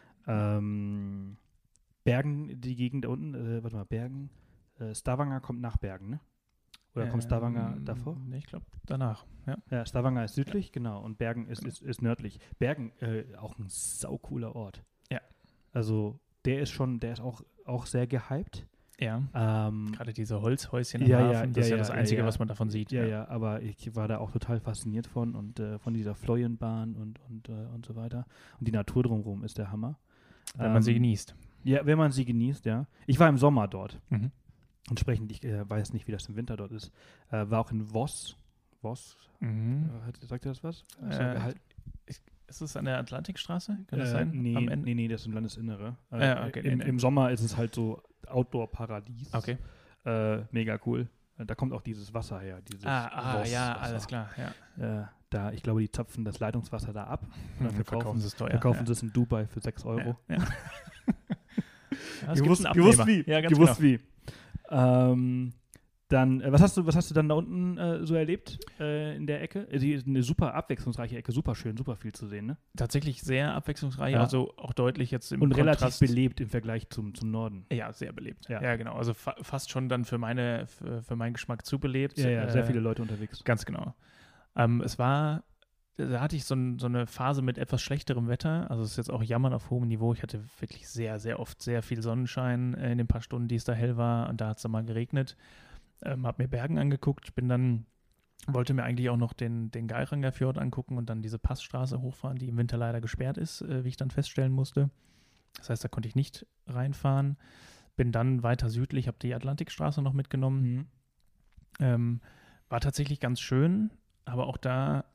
Bergen, die Gegend da unten, Bergen, Stavanger kommt nach Bergen, ne? Oder kommt Stavanger davor? Nee, ich glaube danach, ja. Ja, Stavanger ist südlich, genau, und Bergen ist nördlich. Bergen, auch ein saucooler Ort. Ja. Also, der ist auch sehr gehypt. Ja, gerade diese Holzhäuschen am Hafen, das ist ja das Einzige, was man davon sieht. Ja, aber ich war da auch total fasziniert von und von dieser Fleuenbahn und so weiter. Und die Natur drumherum ist der Hammer. Wenn man sie genießt. Ja, wenn man sie genießt, ja. Ich war im Sommer dort. Mhm. Entsprechend, ich weiß nicht, wie das im Winter dort ist. War auch in Voss. Sagt ihr das was? Ist es an der Atlantikstraße? Kann das sein? Nee, das ist im Landesinnere. Okay, Im Sommer ist es halt so Outdoor-Paradies. Okay. Mega cool. Da kommt auch dieses Wasser her. Dieses ja, alles klar. Ja. Ich glaube, die zapfen das Leitungswasser da ab. Und dann verkaufen sie es teuer. Verkaufen sie es in Dubai für 6 €. Ja. Gewusst wie. Ja, ganz genau. Wie. Dann, was hast du dann da unten so erlebt in der Ecke? Die ist eine super abwechslungsreiche Ecke, super schön, super viel zu sehen, ne? Tatsächlich sehr abwechslungsreich, also auch deutlich jetzt im Kontrast. Und relativ belebt im Vergleich zum Norden. Ja, sehr belebt. Ja, genau. Also fast schon dann für meinen Geschmack zu belebt. Ja, sehr viele Leute unterwegs. Ganz genau. Da hatte ich so eine Phase mit etwas schlechterem Wetter. Also es ist jetzt auch Jammern auf hohem Niveau. Ich hatte wirklich sehr, sehr oft sehr viel Sonnenschein in den paar Stunden, die es da hell war. Und da hat es dann mal geregnet. Habe mir Bergen angeguckt. Wollte mir eigentlich auch noch den Geiranger Fjord angucken und dann diese Passstraße hochfahren, die im Winter leider gesperrt ist, wie ich dann feststellen musste. Das heißt, da konnte ich nicht reinfahren. Bin dann weiter südlich, habe die Atlantikstraße noch mitgenommen. War tatsächlich ganz schön, aber auch da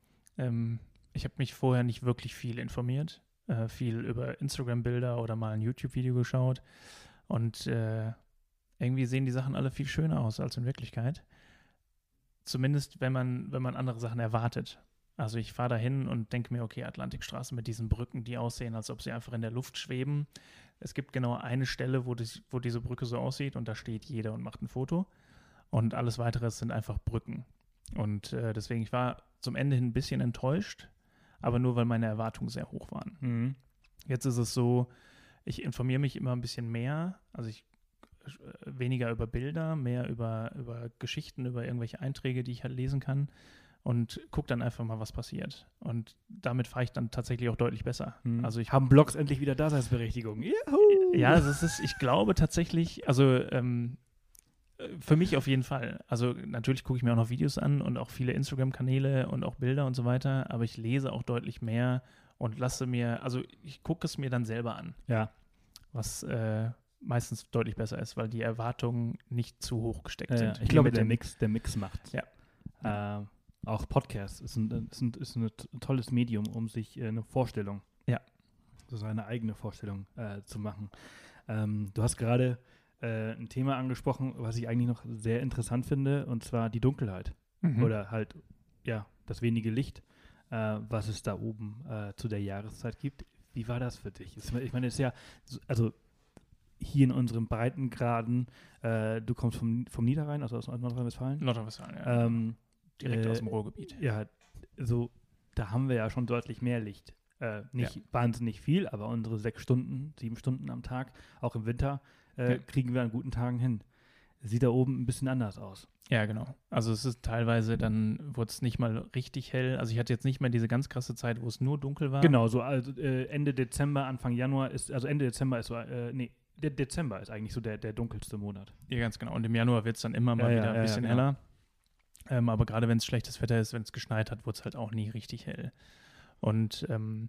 ich habe mich vorher nicht wirklich viel informiert, viel über Instagram-Bilder oder mal ein YouTube-Video geschaut und irgendwie sehen die Sachen alle viel schöner aus als in Wirklichkeit. Zumindest, wenn man andere Sachen erwartet. Also ich fahre da hin und denke mir, okay, Atlantikstraße mit diesen Brücken, die aussehen, als ob sie einfach in der Luft schweben. Es gibt genau eine Stelle, wo diese Brücke so aussieht und da steht jeder und macht ein Foto. Und alles Weitere sind einfach Brücken. Und deswegen, ich war zum Ende hin ein bisschen enttäuscht, aber nur, weil meine Erwartungen sehr hoch waren. Mhm. Jetzt ist es so, ich informiere mich immer ein bisschen mehr, also weniger über Bilder, mehr über Geschichten, über irgendwelche Einträge, die ich halt lesen kann und gucke dann einfach mal, was passiert. Und damit fahre ich dann tatsächlich auch deutlich besser. Mhm. Also haben Blogs endlich wieder Daseinsberechtigung. Juhu! Ja, ich glaube tatsächlich, also für mich auf jeden Fall. Also natürlich gucke ich mir auch noch Videos an und auch viele Instagram-Kanäle und auch Bilder und so weiter, aber ich lese auch deutlich mehr und ich gucke es mir dann selber an. Ja. Was meistens deutlich besser ist, weil die Erwartungen nicht zu hoch gesteckt sind. Ich glaube, der Mix macht. Ja. Auch Podcasts ist ein tolles Medium, um sich eine Vorstellung, so seine eigene Vorstellung zu machen. Du hast gerade ein Thema angesprochen, was ich eigentlich noch sehr interessant finde, und zwar die Dunkelheit. Oder halt, das wenige Licht, was es da oben zu der Jahreszeit gibt. Wie war das für dich? Ich meine, es ist ja, also hier in unserem Breitengraden, du kommst vom Niederrhein, also aus Nordrhein-Westfalen? Nordrhein-Westfalen, ja. Direkt aus dem Ruhrgebiet. Ja, so, da haben wir ja schon deutlich mehr Licht. Nicht wahnsinnig viel, aber unsere 7 Stunden am Tag, auch im Winter, kriegen wir an guten Tagen hin. Sieht da oben ein bisschen anders aus. Ja, genau. Also es ist teilweise, dann wurde es nicht mal richtig hell. Also ich hatte jetzt nicht mehr diese ganz krasse Zeit, wo es nur dunkel war. Genau, so also Ende Dezember, Anfang Januar Ende Dezember ist so, der Dezember ist eigentlich so der dunkelste Monat. Ja, ganz genau. Und im Januar wird es dann immer mal wieder ein bisschen heller. Aber gerade wenn es schlechtes Wetter ist, wenn es geschneit hat, wurde es halt auch nie richtig hell. Und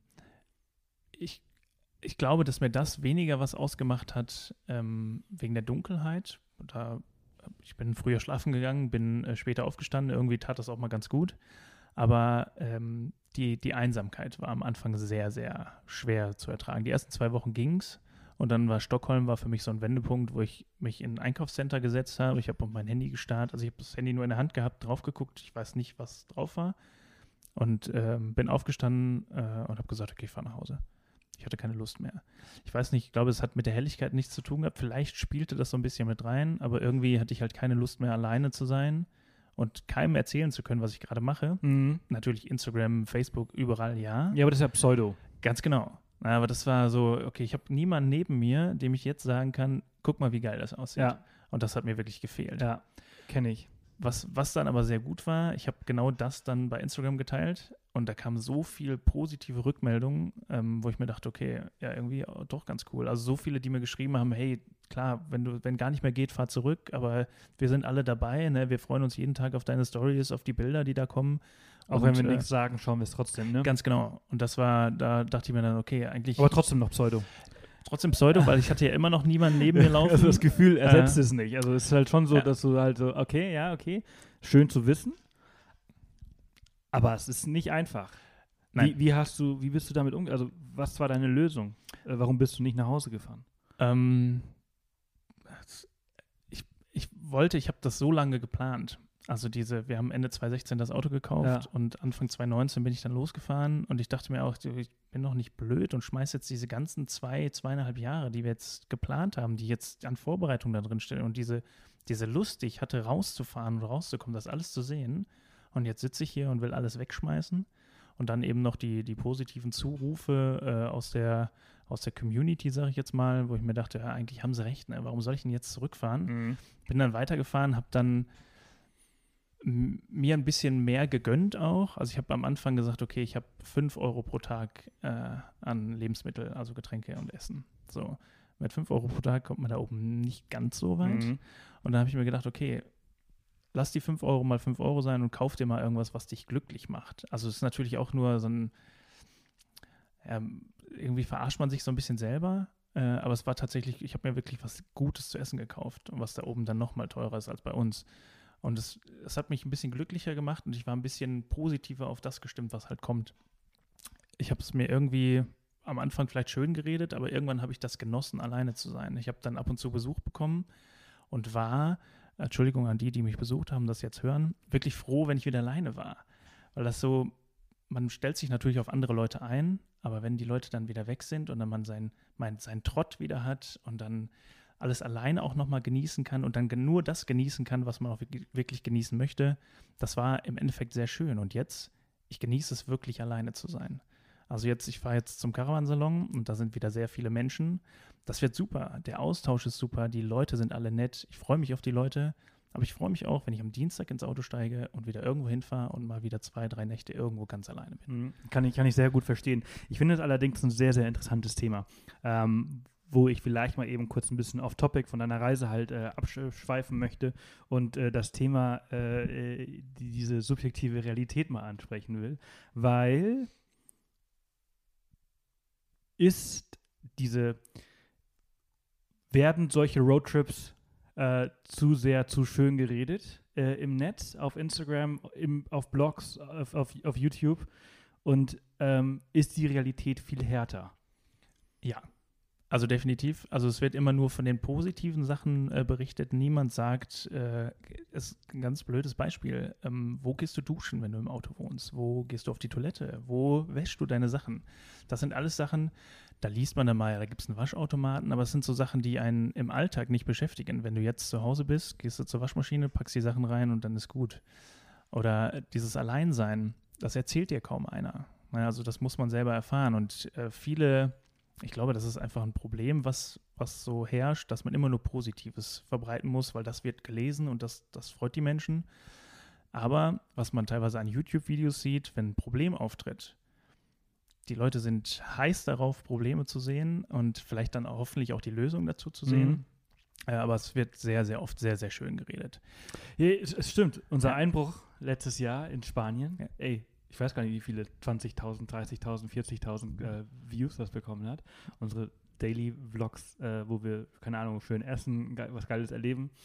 ich glaube, dass mir das weniger was ausgemacht hat wegen der Dunkelheit. Da ich bin früher schlafen gegangen, bin später aufgestanden, irgendwie tat das auch mal ganz gut. Aber die Einsamkeit war am Anfang sehr, sehr schwer zu ertragen. Die ersten 2 Wochen ging's. Und dann war Stockholm für mich so ein Wendepunkt, wo ich mich in ein Einkaufscenter gesetzt habe. Ich habe auf mein Handy gestarrt. Also ich habe das Handy nur in der Hand gehabt, drauf geguckt. Ich weiß nicht, was drauf war. Und bin aufgestanden und habe gesagt, okay, ich fahre nach Hause. Ich hatte keine Lust mehr. Ich weiß nicht, ich glaube, es hat mit der Helligkeit nichts zu tun gehabt. Vielleicht spielte das so ein bisschen mit rein, aber irgendwie hatte ich halt keine Lust mehr, alleine zu sein und keinem erzählen zu können, was ich gerade mache. Mhm. Natürlich Instagram, Facebook, überall ja. Ja, aber das ist ja Pseudo. Ganz genau. Aber das war so, okay, ich habe niemanden neben mir, dem ich jetzt sagen kann, guck mal, wie geil das aussieht. Ja. Und das hat mir wirklich gefehlt. Ja, kenne ich. Was dann aber sehr gut war, ich habe genau das dann bei Instagram geteilt und da kamen so viel positive Rückmeldungen, wo ich mir dachte, okay, ja, irgendwie doch ganz cool. Also so viele, die mir geschrieben haben, hey, klar, wenn gar nicht mehr geht, fahr zurück, aber wir sind alle dabei, ne? Wir freuen uns jeden Tag auf deine Stories, auf die Bilder, die da kommen. Auch wenn wir nichts sagen, schauen wir es trotzdem, ne? Ganz genau. Und da dachte ich mir dann, okay, eigentlich... Aber trotzdem noch Pseudo. Trotzdem Pseudo, weil ich hatte ja immer noch niemanden neben mir laufen. Also das Gefühl ersetzt es nicht. Also es ist halt schon so, dass du halt so, okay, schön zu wissen, aber es ist nicht einfach. Nein. Wie bist du damit umgegangen? Also was war deine Lösung? Warum bist du nicht nach Hause gefahren? Ich habe das so lange geplant. Also wir haben Ende 2016 das Auto gekauft und Anfang 2019 bin ich dann losgefahren und ich dachte mir auch, ich bin doch nicht blöd und schmeiße jetzt diese ganzen 2,5 Jahre, die wir jetzt geplant haben, die jetzt an Vorbereitung da drin stehen und diese Lust, die ich hatte, rauszufahren und rauszukommen, das alles zu sehen und jetzt sitze ich hier und will alles wegschmeißen und dann eben noch die positiven Zurufe aus der Community, sage ich jetzt mal, wo ich mir dachte, ja, eigentlich haben sie recht, ne? Warum soll ich denn jetzt zurückfahren? Mhm. Bin dann weitergefahren, habe dann mir ein bisschen mehr gegönnt auch. Also ich habe am Anfang gesagt, okay, ich habe 5 Euro pro Tag an Lebensmittel, also Getränke und Essen. So, mit 5 Euro pro Tag kommt man da oben nicht ganz so weit. Mhm. Und dann habe ich mir gedacht, okay, lass die 5 Euro mal 5 Euro sein und kauf dir mal irgendwas, was dich glücklich macht. Also es ist natürlich auch nur so ein, irgendwie verarscht man sich so ein bisschen selber, aber es war tatsächlich, ich habe mir wirklich was Gutes zu essen gekauft und was da oben dann nochmal teurer ist als bei uns. Und es hat mich ein bisschen glücklicher gemacht und ich war ein bisschen positiver auf das gestimmt, was halt kommt. Ich habe es mir irgendwie am Anfang vielleicht schön geredet, aber irgendwann habe ich das genossen, alleine zu sein. Ich habe dann ab und zu Besuch bekommen und war, Entschuldigung an die mich besucht haben, das jetzt hören, wirklich froh, wenn ich wieder alleine war. Weil das so, man stellt sich natürlich auf andere Leute ein, aber wenn die Leute dann wieder weg sind und dann man seinen Trott wieder hat und dann alles alleine auch nochmal genießen kann und dann nur das genießen kann, was man auch wirklich genießen möchte, das war im Endeffekt sehr schön. Und jetzt, ich genieße es wirklich, alleine zu sein. Also ich fahre jetzt zum Caravansalon und da sind wieder sehr viele Menschen. Das wird super. Der Austausch ist super. Die Leute sind alle nett. Ich freue mich auf die Leute. Aber ich freue mich auch, wenn ich am Dienstag ins Auto steige und wieder irgendwo hinfahre und mal wieder 2, 3 Nächte irgendwo ganz alleine bin. Kann ich sehr gut verstehen. Ich finde es allerdings ein sehr, sehr interessantes Thema, wo ich vielleicht mal eben kurz ein bisschen off-topic von deiner Reise halt abschweifen möchte und das Thema, diese subjektive Realität mal ansprechen will, weil werden solche Roadtrips zu sehr, zu schön geredet im Netz, auf Instagram, auf Blogs, auf YouTube und ist die Realität viel härter? Ja. Also definitiv. Also es wird immer nur von den positiven Sachen berichtet. Niemand sagt, ist ein ganz blödes Beispiel, wo gehst du duschen, wenn du im Auto wohnst? Wo gehst du auf die Toilette? Wo wäschst du deine Sachen? Das sind alles Sachen, da liest man dann mal, da gibt es einen Waschautomaten, aber es sind so Sachen, die einen im Alltag nicht beschäftigen. Wenn du jetzt zu Hause bist, gehst du zur Waschmaschine, packst die Sachen rein und dann ist gut. Oder dieses Alleinsein, das erzählt dir kaum einer. Also das muss man selber erfahren und ich glaube, das ist einfach ein Problem, was so herrscht, dass man immer nur Positives verbreiten muss, weil das wird gelesen und das freut die Menschen. Aber was man teilweise an YouTube-Videos sieht, wenn ein Problem auftritt, die Leute sind heiß darauf, Probleme zu sehen und vielleicht dann auch hoffentlich auch die Lösung dazu zu sehen. Aber es wird sehr, sehr oft sehr, sehr schön geredet. Ja, es stimmt. Unser Einbruch letztes Jahr in Spanien, ich weiß gar nicht, wie viele 20.000, 30.000, 40.000 Views das bekommen hat. Unsere Daily Vlogs, wo wir, keine Ahnung, schön essen, was Geiles erleben.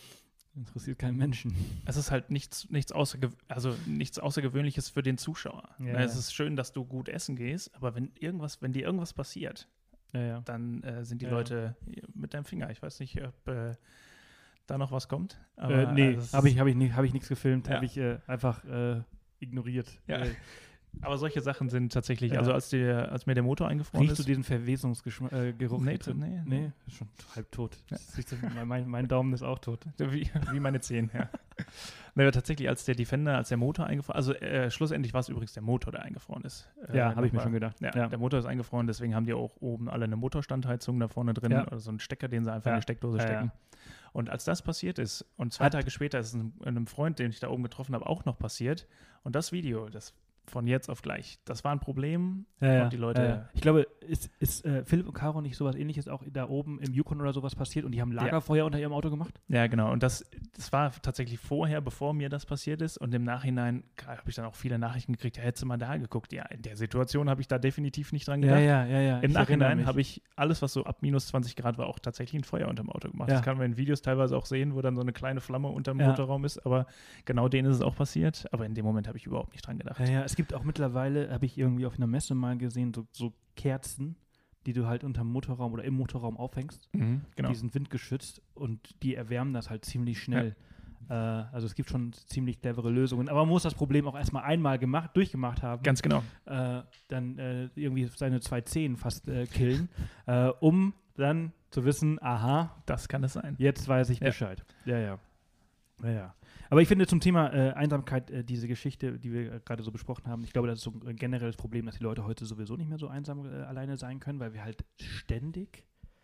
Interessiert keinen Menschen. Es ist halt nichts Außergewöhnliches für den Zuschauer. Ja, Es ist schön, dass du gut essen gehst, aber wenn dir irgendwas passiert, ja. dann sind die Leute mit deinem Finger. Ich weiß nicht, ob da noch was kommt. Aber, Nee, habe ich nichts gefilmt, Ja. habe ich einfach ignoriert. Ja. Aber solche Sachen sind tatsächlich, Ja. also als mir der Motor eingefroren Riechst du ist. diesen Verwesungsgeruch? Nee. Ist schon halb tot. Ja. Mein Daumen ist auch tot. Wie meine Zehen, ja. Naja, tatsächlich, als der Motor eingefroren, also schlussendlich war es übrigens der Motor, der eingefroren ist. Ja, habe ich mir schon gedacht. Ja, der Motor ist eingefroren, deswegen haben die auch oben alle eine Motorstandheizung da vorne drin oder so einen Stecker, den sie einfach in die Steckdose stecken. Und als das passiert ist und 2 Tage später ist es einem Freund, den ich da oben getroffen habe, auch noch passiert und das Video, das von jetzt auf gleich. Das war ein Problem. Und die Leute. Ich glaube, ist Philipp und Caro nicht sowas Ähnliches auch da oben im Yukon oder sowas passiert und die haben Lagerfeuer unter ihrem Auto gemacht? Ja, genau. Und das war tatsächlich vorher, bevor mir das passiert ist. Und im Nachhinein habe ich dann auch viele Nachrichten gekriegt, ja, hättest du mal da geguckt. Ja, in der Situation habe ich da definitiv nicht dran gedacht. Ja. Im Nachhinein habe ich alles, was so ab minus 20 Grad war, auch tatsächlich ein Feuer unterm Auto gemacht. Ja. Das kann man in Videos teilweise auch sehen, wo dann so eine kleine Flamme unterm Motorraum ist. Aber genau denen ist es auch passiert. Aber in dem Moment habe ich überhaupt nicht dran gedacht. Ja, es gibt auch mittlerweile, habe ich irgendwie auf einer Messe mal gesehen, so Kerzen, die du halt unterm Motorraum oder im Motorraum aufhängst. Genau. Die sind windgeschützt und die erwärmen das halt ziemlich schnell. Also es gibt schon ziemlich clevere Lösungen. Aber man muss das Problem auch erstmal einmal durchgemacht haben. Ganz genau. Dann irgendwie seine 2 Zehen fast killen, um dann zu wissen, aha, das kann es sein. Jetzt weiß ich Bescheid. Ja. Aber ich finde zum Thema Einsamkeit, diese Geschichte, die wir gerade so besprochen haben, ich glaube, das ist so ein generelles Problem, dass die Leute heute sowieso nicht mehr so einsam alleine sein können, weil wir halt ständig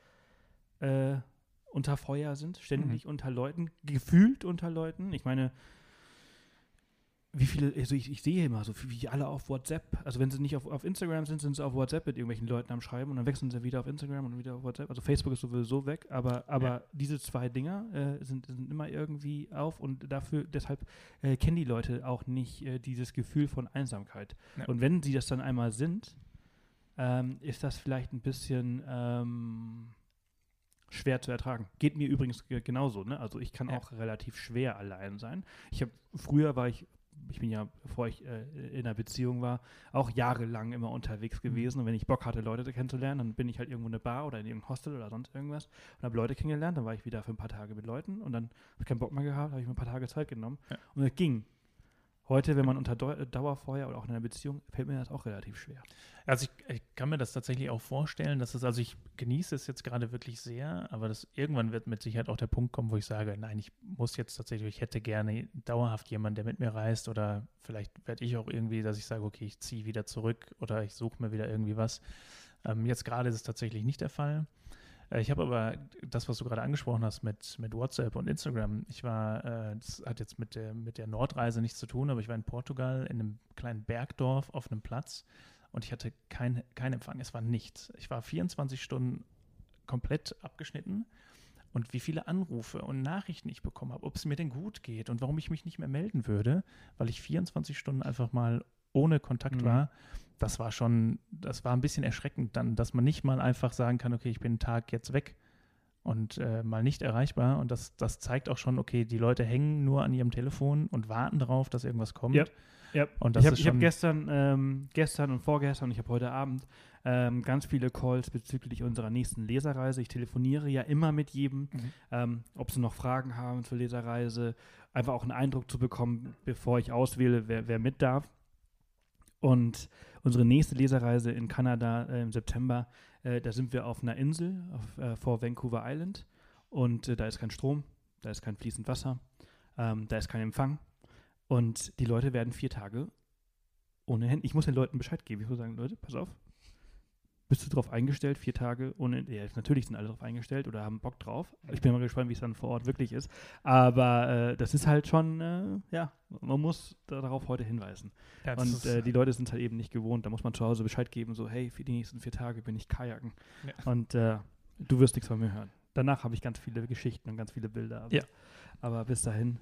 unter Feuer sind, ständig unter Leuten, gefühlt unter Leuten. Ich meine, wie viele, also ich sehe immer so wie alle auf WhatsApp, also wenn sie nicht auf Instagram sind sie auf WhatsApp mit irgendwelchen Leuten am Schreiben und dann wechseln sie wieder auf Instagram und wieder auf WhatsApp. Also Facebook ist sowieso weg, aber diese 2 Dinger sind immer irgendwie auf und deshalb kennen die Leute auch nicht dieses Gefühl von Einsamkeit. Ja. Und wenn sie das dann einmal sind, ist das vielleicht ein bisschen schwer zu ertragen. Geht mir übrigens genauso, ne? Also ich kann auch relativ schwer allein sein. Früher war ich bin ja, bevor ich in einer Beziehung war, auch jahrelang immer unterwegs gewesen. Und wenn ich Bock hatte, Leute kennenzulernen, dann bin ich halt irgendwo in eine Bar oder in irgendein Hostel oder sonst irgendwas und habe Leute kennengelernt. Dann war ich wieder für ein paar Tage mit Leuten und dann habe ich keinen Bock mehr gehabt, habe ich mir ein paar Tage Zeit genommen. Ja. Und es ging. Heute, wenn man unter Dauerfeuer oder auch in einer Beziehung, fällt mir das auch relativ schwer. Also ich kann mir das tatsächlich auch vorstellen, also ich genieße es jetzt gerade wirklich sehr, aber irgendwann wird mit Sicherheit auch der Punkt kommen, wo ich sage, nein, ich hätte gerne dauerhaft jemanden, der mit mir reist oder vielleicht werde ich auch irgendwie, dass ich sage, okay, ich ziehe wieder zurück oder ich suche mir wieder irgendwie was. Jetzt gerade ist es tatsächlich nicht der Fall. Ich habe aber das, was du gerade angesprochen hast mit WhatsApp und Instagram, das hat jetzt mit der Nordreise nichts zu tun, aber ich war in Portugal in einem kleinen Bergdorf auf einem Platz und ich hatte keinen Empfang, es war nichts. Ich war 24 Stunden komplett abgeschnitten und wie viele Anrufe und Nachrichten ich bekommen habe, ob es mir denn gut geht und warum ich mich nicht mehr melden würde, weil ich 24 Stunden einfach mal ohne Kontakt war. Das war ein bisschen erschreckend dann, dass man nicht mal einfach sagen kann, okay, ich bin einen Tag jetzt weg und mal nicht erreichbar. Und das zeigt auch schon, okay, die Leute hängen nur an ihrem Telefon und warten darauf, dass irgendwas kommt. Ja. Und ich habe gestern und vorgestern und ich habe heute Abend ganz viele Calls bezüglich unserer nächsten Leserreise. Ich telefoniere ja immer mit jedem, ob sie noch Fragen haben zur Leserreise, einfach auch einen Eindruck zu bekommen, bevor ich auswähle, wer mit darf. Und unsere nächste Leserreise in Kanada im September, da sind wir auf einer Insel vor Vancouver Island und da ist kein Strom, da ist kein fließend Wasser, da ist kein Empfang und die Leute werden 4 Tage ohne Handy. Ich muss den Leuten Bescheid geben. Ich muss sagen, Leute, pass auf, bist du drauf eingestellt, 4 Tage ohne, ja, natürlich sind alle drauf eingestellt oder haben Bock drauf. Ich bin mal gespannt, wie es dann vor Ort wirklich ist. Aber das ist halt schon, man muss darauf heute hinweisen. Ja, und die Leute sind halt eben nicht gewohnt. Da muss man zu Hause Bescheid geben, so, hey, für die nächsten 4 Tage bin ich Kajaken. Ja. Und du wirst nichts von mir hören. Danach habe ich ganz viele Geschichten und ganz viele Bilder. Also, aber bis dahin,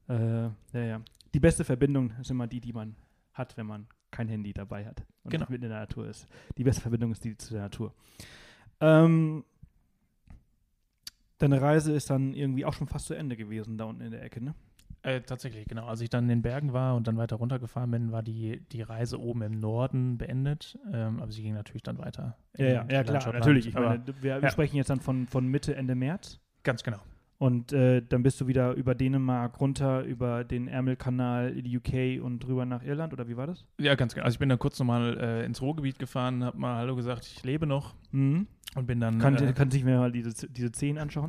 die beste Verbindung ist immer die man hat, wenn man kein Handy dabei hat und nicht mitten in der Natur ist. Die beste Verbindung ist die zu der Natur. Dann Deine Reise ist dann irgendwie auch schon fast zu Ende gewesen, da unten in der Ecke, ne? Tatsächlich, genau. Als ich dann in den Bergen war und dann weiter runtergefahren bin, war die Reise oben im Norden beendet. Aber sie ging natürlich dann weiter. Ja, klar, natürlich. Ich meine, wir sprechen jetzt dann von Mitte, Ende März. Ganz genau. Und dann bist du wieder über Dänemark runter, über den Ärmelkanal in die UK und rüber nach Irland, oder wie war das? Ja, ganz genau. Also ich bin dann kurz nochmal ins Ruhrgebiet gefahren, habe mal Hallo gesagt, ich lebe noch. Mhm. Und bin dann. Kann sich mir mal diese Zehen anschauen?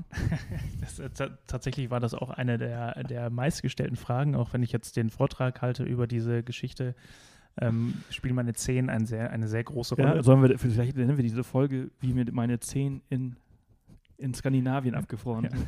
Tatsächlich war das auch eine der meistgestellten Fragen, auch wenn ich jetzt den Vortrag halte über diese Geschichte, spielen meine Zehen eine sehr große Rolle. Ja, vielleicht nennen wir diese Folge, wie mir meine Zehen in Skandinavien abgefroren sind.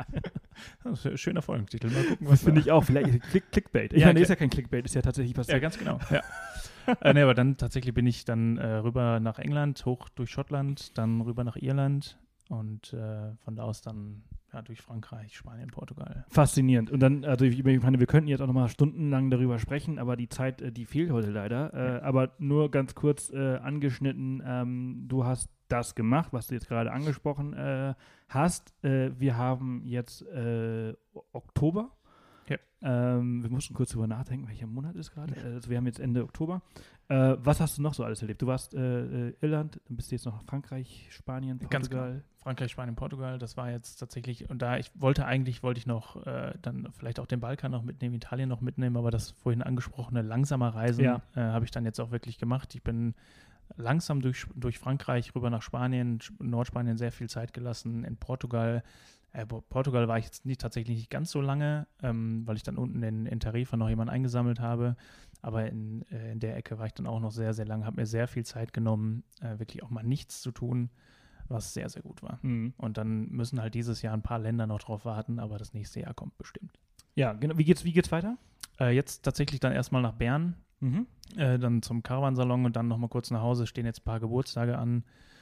Das ist schöner Folgentitel. Mal gucken, was finde ich auch. Vielleicht Clickbait. Ich meine, ist ja kein Clickbait, ist ja tatsächlich passiert. Ja, ganz genau. Ja. Aber dann tatsächlich bin ich dann rüber nach England, hoch durch Schottland, dann rüber nach Irland und von da aus dann durch Frankreich, Spanien, Portugal. Faszinierend. Und dann, also ich meine, wir könnten jetzt auch nochmal stundenlang darüber sprechen, aber die Zeit, die fehlt heute leider. Aber nur ganz kurz angeschnitten, du hast das gemacht, was du jetzt gerade angesprochen hast. Wir haben jetzt Oktober. Ja. Wir mussten kurz drüber nachdenken, welcher Monat ist gerade. Also wir haben jetzt Ende Oktober. Was hast du noch so alles erlebt? Du warst Irland, dann bist du jetzt noch Frankreich, Spanien, Portugal. Ganz genau. Frankreich, Spanien, Portugal, das war jetzt tatsächlich, und da wollte ich noch dann vielleicht auch den Balkan noch mitnehmen, Italien noch mitnehmen, aber das vorhin angesprochene langsamer Reisen habe ich dann jetzt auch wirklich gemacht. Ich bin langsam durch Frankreich rüber nach Spanien, Nordspanien sehr viel Zeit gelassen, in Portugal. Portugal war ich jetzt tatsächlich nicht ganz so lange, weil ich dann unten in Tarifa noch jemanden eingesammelt habe. Aber in der Ecke war ich dann auch noch sehr, sehr lange, habe mir sehr viel Zeit genommen, wirklich auch mal nichts zu tun, was sehr, sehr gut war. Mhm. Und dann müssen halt dieses Jahr ein paar Länder noch drauf warten, aber das nächste Jahr kommt bestimmt. Ja, genau. Wie geht's weiter? Jetzt tatsächlich dann erstmal nach Bern, dann zum Caravansalon und dann nochmal kurz nach Hause, stehen jetzt ein paar Geburtstage an.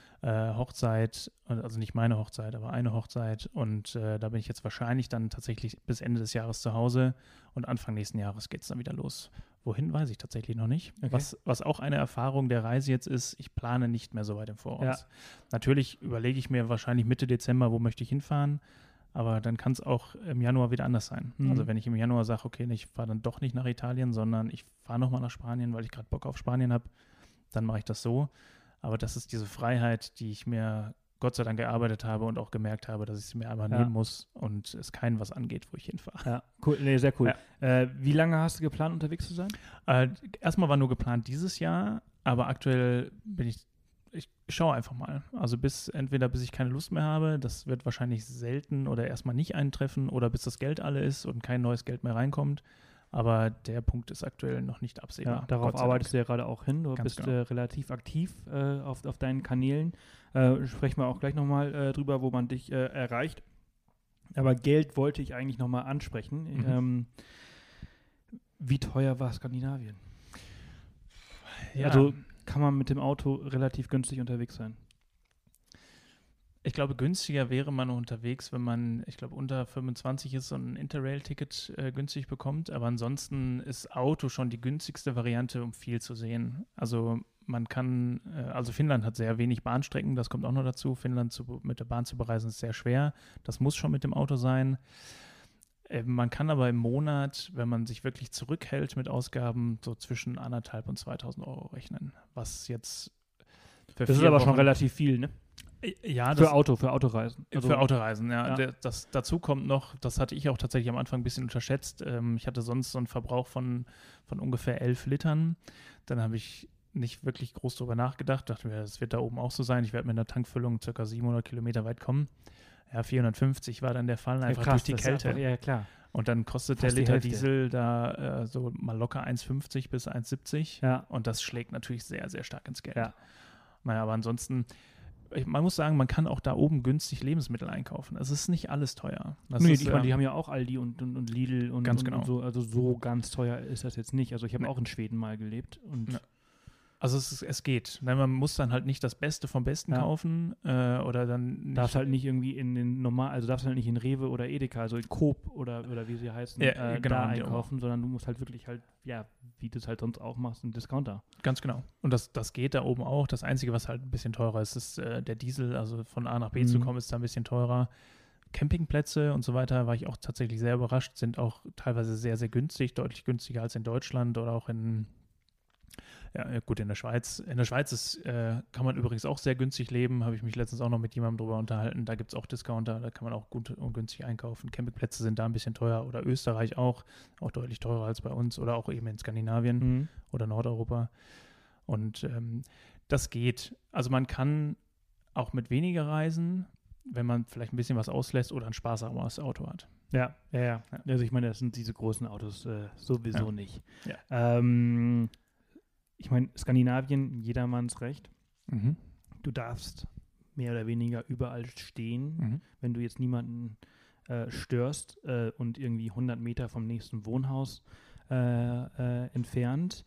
Hochzeit, also nicht meine Hochzeit, aber eine Hochzeit und da bin ich jetzt wahrscheinlich dann tatsächlich bis Ende des Jahres zu Hause und Anfang nächsten Jahres geht es dann wieder los. Wohin, weiß ich tatsächlich noch nicht. Okay. Was auch eine Erfahrung der Reise jetzt ist, ich plane nicht mehr so weit im Voraus. Ja. Natürlich überlege ich mir wahrscheinlich Mitte Dezember, wo möchte ich hinfahren, aber dann kann es auch im Januar wieder anders sein. Mhm. Also wenn ich im Januar sage, okay, ich fahre dann doch nicht nach Italien, sondern ich fahre nochmal nach Spanien, weil ich gerade Bock auf Spanien habe, dann mache ich das so. Aber das ist diese Freiheit, die ich mir Gott sei Dank gearbeitet habe und auch gemerkt habe, dass ich sie mir einfach nehmen muss und es keinem was angeht, wo ich hinfahre. Ja, cool. Nee, sehr cool. Ja. Wie lange hast du geplant, unterwegs zu sein? Erstmal war nur geplant dieses Jahr, aber aktuell bin ich schaue einfach mal. Also entweder bis ich keine Lust mehr habe, das wird wahrscheinlich selten oder erstmal nicht eintreffen oder bis das Geld alle ist und kein neues Geld mehr reinkommt. Aber der Punkt ist aktuell noch nicht absehbar. Ja, darauf arbeitest du ja gerade auch hin. Du bist relativ aktiv auf deinen Kanälen. Sprechen wir auch gleich nochmal drüber, wo man dich erreicht. Aber Geld wollte ich eigentlich nochmal ansprechen. Wie teuer war Skandinavien? Ja. Also kann man mit dem Auto relativ günstig unterwegs sein? Ich glaube, günstiger wäre man unterwegs, wenn man, ich glaube, unter 25 ist und ein Interrail-Ticket günstig bekommt. Aber ansonsten ist Auto schon die günstigste Variante, um viel zu sehen. Also man kann, Finnland hat sehr wenig Bahnstrecken, das kommt auch noch dazu. Finnland mit der Bahn zu bereisen ist sehr schwer. Das muss schon mit dem Auto sein. Man kann aber im Monat, wenn man sich wirklich zurückhält mit Ausgaben, so zwischen 1.500 und 2.000 Euro rechnen. Was jetzt für das ist aber schon relativ viel, ne? Ja, für Autoreisen. Also, für Autoreisen, ja. Dazu kommt noch, das hatte ich auch tatsächlich am Anfang ein bisschen unterschätzt. Ich hatte sonst so einen Verbrauch von ungefähr 11 Litern. Dann habe ich nicht wirklich groß drüber nachgedacht. Dachte mir, das wird da oben auch so sein. Ich werde mit einer Tankfüllung ca. 700 Kilometer weit kommen. Ja, 450 war dann der Fall, einfach durch die Kälte. Ja, klar. Und dann kostet fast der Liter Diesel da so mal locker 1,50 bis 1,70. Ja. Und das schlägt natürlich sehr, sehr stark ins Geld. Ja. Naja, aber ansonsten, man muss sagen, man kann auch da oben günstig Lebensmittel einkaufen. Es ist nicht alles teuer. Die haben ja auch Aldi und Lidl und, ganz genau. Und so. Also so ganz teuer ist das jetzt nicht. Also ich habe auch in Schweden mal gelebt. Und also es geht. Man muss dann halt nicht das Beste vom Besten kaufen oder dann nicht. Darfst halt nicht irgendwie in den darfst halt nicht in Rewe oder Edeka, also in Coop oder wie sie heißen, genau, da einkaufen, sondern du musst halt wirklich halt, wie du es halt sonst auch machst, einen Discounter. Ganz genau. Und das geht da oben auch. Das Einzige, was halt ein bisschen teurer ist, ist der Diesel. Also von A nach B zu kommen, ist da ein bisschen teurer. Campingplätze und so weiter war ich auch tatsächlich sehr überrascht, sind auch teilweise sehr, sehr günstig, deutlich günstiger als in Deutschland oder auch in der Schweiz. In der Schweiz kann man übrigens auch sehr günstig leben, habe ich mich letztens auch noch mit jemandem drüber unterhalten. Da gibt es auch Discounter, da kann man auch gut und günstig einkaufen. Campingplätze sind da ein bisschen teuer oder Österreich auch deutlich teurer als bei uns oder auch eben in Skandinavien oder Nordeuropa. Und das geht. Also man kann auch mit weniger reisen, wenn man vielleicht ein bisschen was auslässt oder ein sparsameres Auto hat. Ja. Also ich meine, das sind diese großen Autos sowieso nicht. Ja. Ich meine, Skandinavien, jedermanns Recht. Mhm. Du darfst mehr oder weniger überall stehen, wenn du jetzt niemanden störst und irgendwie 100 Meter vom nächsten Wohnhaus entfernt.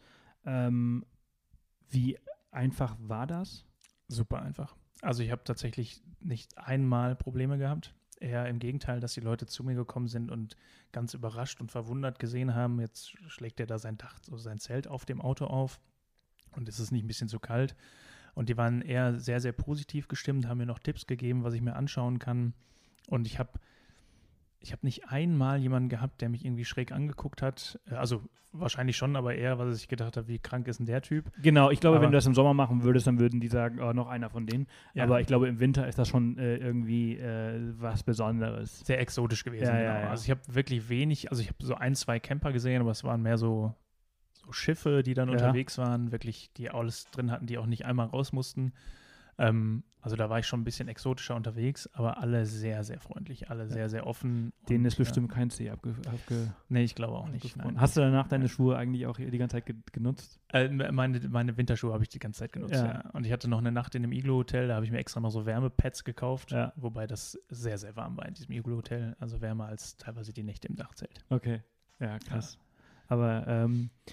Wie einfach war das? Super einfach. Also ich habe tatsächlich nicht einmal Probleme gehabt. Eher im Gegenteil, dass die Leute zu mir gekommen sind und ganz überrascht und verwundert gesehen haben, jetzt schlägt er da sein Dach, so sein Zelt auf dem Auto auf und ist es nicht ein bisschen zu kalt. Und die waren eher sehr, sehr positiv gestimmt, haben mir noch Tipps gegeben, was ich mir anschauen kann. Und ich habe nicht einmal jemanden gehabt, der mich irgendwie schräg angeguckt hat. Also wahrscheinlich schon, aber eher, weil ich gedacht habe, wie krank ist denn der Typ? Genau, ich glaube, wenn du das im Sommer machen würdest, dann würden die sagen, oh, noch einer von denen. Ja. Aber ich glaube, im Winter ist das schon irgendwie was Besonderes. Sehr exotisch gewesen, genau. Ja. Also ich habe wirklich wenig, also ich habe so 1, 2 Camper gesehen, aber es waren mehr so Schiffe, die dann unterwegs waren, wirklich, die alles drin hatten, die auch nicht einmal raus mussten. Also da war ich schon ein bisschen exotischer unterwegs, aber alle sehr, sehr freundlich, alle sehr, sehr offen. Denen ist bestimmt kein C Nee, ich glaube auch nicht. Nein. Hast du danach deine Schuhe eigentlich auch die ganze Zeit genutzt? Meine Winterschuhe habe ich die ganze Zeit genutzt, ja. Und ich hatte noch eine Nacht in einem Iglu-Hotel, da habe ich mir extra noch so Wärmepads gekauft, wobei das sehr, sehr warm war in diesem Iglu-Hotel, also wärmer als teilweise die Nächte im Dachzelt. Okay, ja, krass. Ja. Aber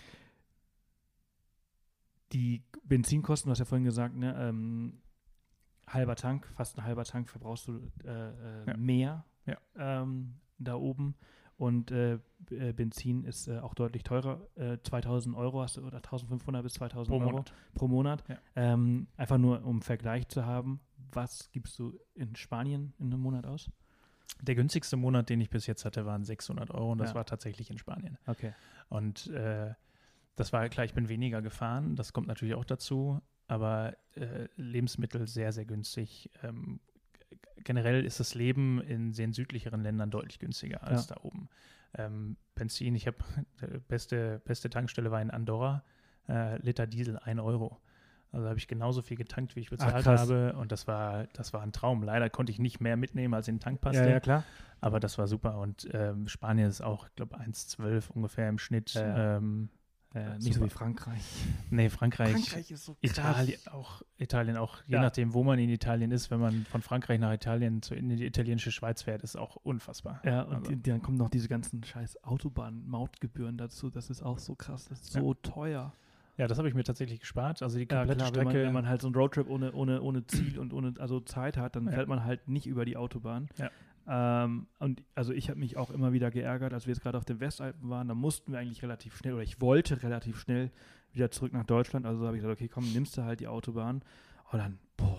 die Benzinkosten, du hast ja vorhin gesagt, ne, halber Tank, fast ein halber Tank verbrauchst du mehr da oben und Benzin ist auch deutlich teurer. 2.000 Euro hast du oder 1.500 bis 2.000 Euro pro Monat. Ja. Einfach nur, um Vergleich zu haben, was gibst du in Spanien in einem Monat aus? Der günstigste Monat, den ich bis jetzt hatte, waren 600 Euro und das war tatsächlich in Spanien. Okay. Und das war klar, ich bin weniger gefahren, das kommt natürlich auch dazu, aber Lebensmittel sehr, sehr günstig. Generell ist das Leben in den südlicheren Ländern deutlich günstiger als da oben. Benzin, die beste Tankstelle war in Andorra, Liter Diesel 1 Euro. Also habe ich genauso viel getankt, wie ich bezahlt habe und das war ein Traum. Leider konnte ich nicht mehr mitnehmen, als in den Tank passte. Ja, klar. Aber das war super und Spanien ist auch, ich glaube, 1,12 ungefähr im Schnitt. Nicht so wie Frankreich. Nee, Frankreich ist so krass. Italien auch, je nachdem, wo man in Italien ist, wenn man von Frankreich nach Italien in die italienische Schweiz fährt, ist auch unfassbar. Ja, und dann kommen noch diese ganzen scheiß Autobahn-Mautgebühren dazu, das ist auch so krass, das ist so teuer. Ja, das habe ich mir tatsächlich gespart. Also die komplette Strecke. Wenn man halt so einen Roadtrip ohne Ziel und ohne Zeit hat, dann fährt man halt nicht über die Autobahn. Ja. Und also ich habe mich auch immer wieder geärgert, als wir jetzt gerade auf den Westalpen waren, da mussten wir eigentlich relativ schnell, oder ich wollte relativ schnell wieder zurück nach Deutschland, also habe ich gesagt, okay, komm, nimmst du halt die Autobahn und dann,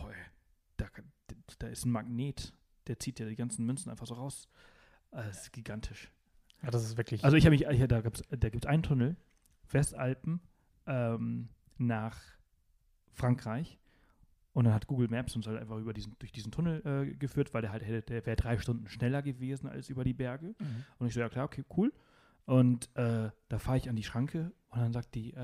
da ist ein Magnet, der zieht ja die ganzen Münzen einfach so raus. Das ist gigantisch. Ja, das ist wirklich... Also da gibt es einen Tunnel, Westalpen, nach Frankreich. Und dann hat Google Maps uns halt einfach durch diesen Tunnel geführt, weil der wäre 3 Stunden schneller gewesen als über die Berge. Mhm. Und ich so, ja klar, okay, cool. Und da fahre ich an die Schranke und dann sagt die,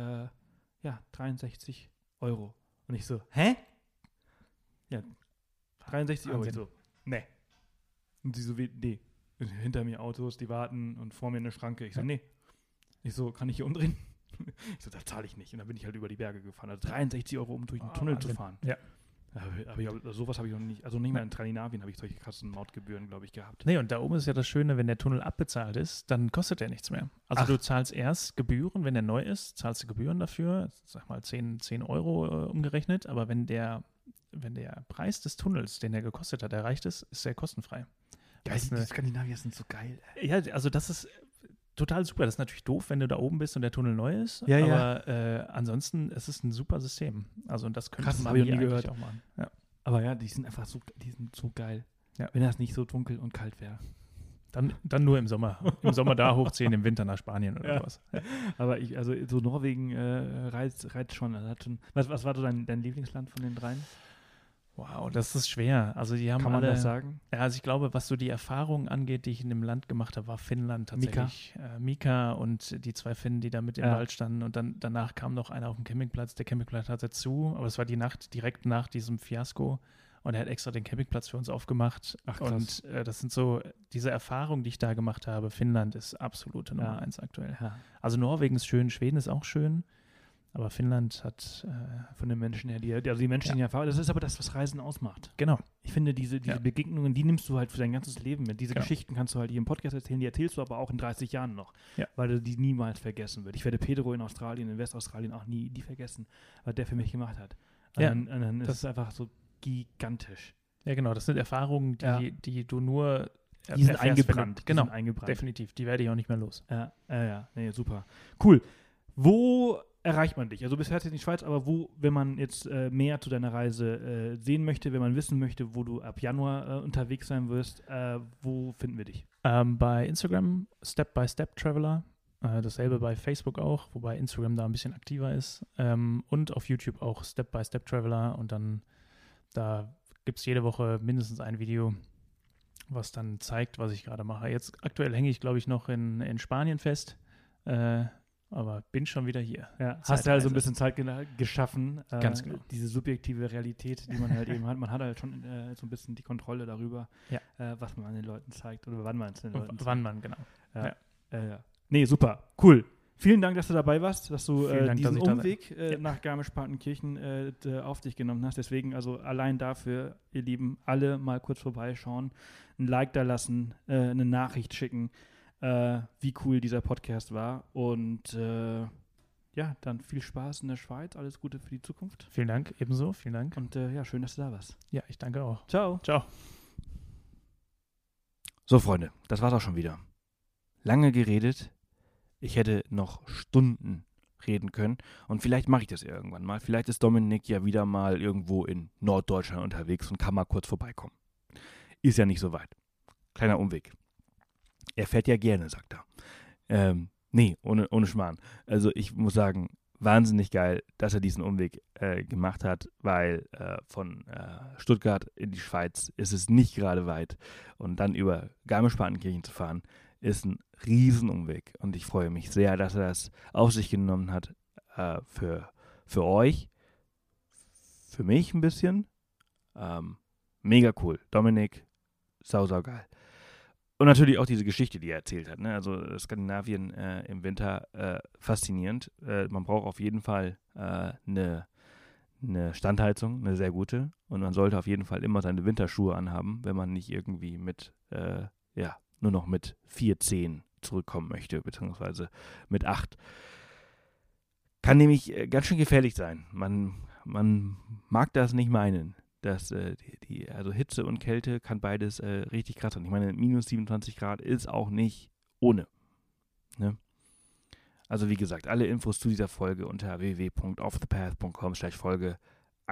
63 Euro. Und ich so, hä? Ja, 63 Euro. Ich so, nee. Und sie so, nee. Hinter mir Autos, die warten und vor mir eine Schranke. Ich so, nee. Ich so, kann ich hier umdrehen? Ich so, das zahle ich nicht. Und dann bin ich halt über die Berge gefahren. Also 63 Euro, um durch den Tunnel zu fahren. Ja. Aber sowas habe ich noch nicht, also nicht mal in Skandinavien habe ich solche krassen Mautgebühren, glaube ich, gehabt. Nee, und da oben ist ja das Schöne, wenn der Tunnel abbezahlt ist, dann kostet der nichts mehr. Also du zahlst erst Gebühren, wenn der neu ist, zahlst du Gebühren dafür, sag mal 10 Euro umgerechnet, aber wenn der Preis des Tunnels, den er gekostet hat, erreicht ist der kostenfrei. Ja, die Skandinavier sind so geil. Ja, also das ist total super. Das ist natürlich doof, wenn du da oben bist und der Tunnel neu ist. Ja, aber ansonsten ist es ein super System. Also und das könnte man hier eigentlich auch machen. Ja. Aber ja, die sind so geil. wenn das nicht so dunkel und kalt wäre. Dann nur im Sommer. Im Sommer da hochziehen, im Winter nach Spanien oder sowas. Ja. Aber so Norwegen reizt schon. Also was war so dein Lieblingsland von den dreien? Wow, das ist schwer. Also die haben Kann man alle, das sagen? Ja, also ich glaube, was so die Erfahrungen angeht, die ich in dem Land gemacht habe, war Finnland tatsächlich. Mika und die 2 Finnen, die da mit im Wald standen. Und dann danach kam noch einer auf dem Campingplatz. Der Campingplatz hatte zu, aber es war die Nacht direkt nach diesem Fiasko. Und er hat extra den Campingplatz für uns aufgemacht. Ach, krass. Und das sind so diese Erfahrungen, die ich da gemacht habe. Finnland ist absolute Nummer 1 aktuell. Ja. Also Norwegen ist schön, Schweden ist auch schön. Aber Finnland hat von den Menschen her, die Menschen, die Erfahrung, das ist aber das, was Reisen ausmacht. Genau. Ich finde, diese Begegnungen, die nimmst du halt für dein ganzes Leben mit. Diese Geschichten kannst du halt hier im Podcast erzählen, die erzählst du aber auch in 30 Jahren noch, weil du die niemals vergessen wird. Ich werde Pedro in Australien, in Westaustralien auch nie vergessen, was der für mich gemacht hat. Und dann ist es einfach so gigantisch. Ja, genau, das sind Erfahrungen, die du nur die sind eingebrannt. Genau, definitiv. Die werde ich auch nicht mehr los. Nee, super. Cool. Wo erreicht man dich? Also bisher jetzt in die Schweiz, aber wo, wenn man jetzt mehr zu deiner Reise sehen möchte, wenn man wissen möchte, wo du ab Januar unterwegs sein wirst, wo finden wir dich? Bei Instagram Step by Step Traveler, dasselbe bei Facebook auch, wobei Instagram da ein bisschen aktiver ist, und auf YouTube auch Step by Step Traveler, und dann da gibt es jede Woche mindestens ein Video, was dann zeigt, was ich gerade mache. Jetzt aktuell hänge ich, glaube ich, noch in Spanien fest, aber bin schon wieder hier. Ja, hast du also ein bisschen Zeit geschaffen. Ganz genau. Diese subjektive Realität, die man halt eben hat. Man hat halt schon so ein bisschen die Kontrolle darüber, was man den Leuten zeigt oder wann man es den Leuten zeigt. Wann man, genau. Nee, super. Cool. Vielen Dank, dass du dabei warst, dass du diesen Umweg nach Garmisch-Partenkirchen auf dich genommen hast. Deswegen also allein dafür, ihr Lieben, alle mal kurz vorbeischauen, ein Like da lassen, eine Nachricht schicken, wie cool dieser Podcast war. Und dann viel Spaß in der Schweiz. Alles Gute für die Zukunft. Vielen Dank, ebenso. Vielen Dank. Und schön, dass du da warst. Ja, ich danke auch. Ciao. Ciao. So, Freunde, das war's auch schon wieder. Lange geredet. Ich hätte noch Stunden reden können und vielleicht mache ich das irgendwann mal. Vielleicht ist Dominik ja wieder mal irgendwo in Norddeutschland unterwegs und kann mal kurz vorbeikommen. Ist ja nicht so weit. Kleiner Umweg. Er fährt ja gerne, sagt er. Nee, ohne Schmarrn. Also ich muss sagen, wahnsinnig geil, dass er diesen Umweg gemacht hat, weil von Stuttgart in die Schweiz ist es nicht gerade weit. Und dann über Garmisch-Partenkirchen zu fahren, ist ein Riesenumweg. Und ich freue mich sehr, dass er das auf sich genommen hat für euch, für mich ein bisschen. Mega cool. Dominik, sau geil. Und natürlich auch diese Geschichte, die er erzählt hat. Ne? Also Skandinavien im Winter faszinierend. Man braucht auf jeden Fall eine Standheizung, eine sehr gute. Und man sollte auf jeden Fall immer seine Winterschuhe anhaben, wenn man nicht irgendwie nur noch mit 4 Zehen zurückkommen möchte, beziehungsweise mit 8. Kann nämlich ganz schön gefährlich sein. Man mag das nicht meinen. Dass also Hitze und Kälte kann beides richtig krass sein. Ich meine, minus 27 Grad ist auch nicht ohne. Ne? Also wie gesagt, alle Infos zu dieser Folge unter www.offthepath.com/Folge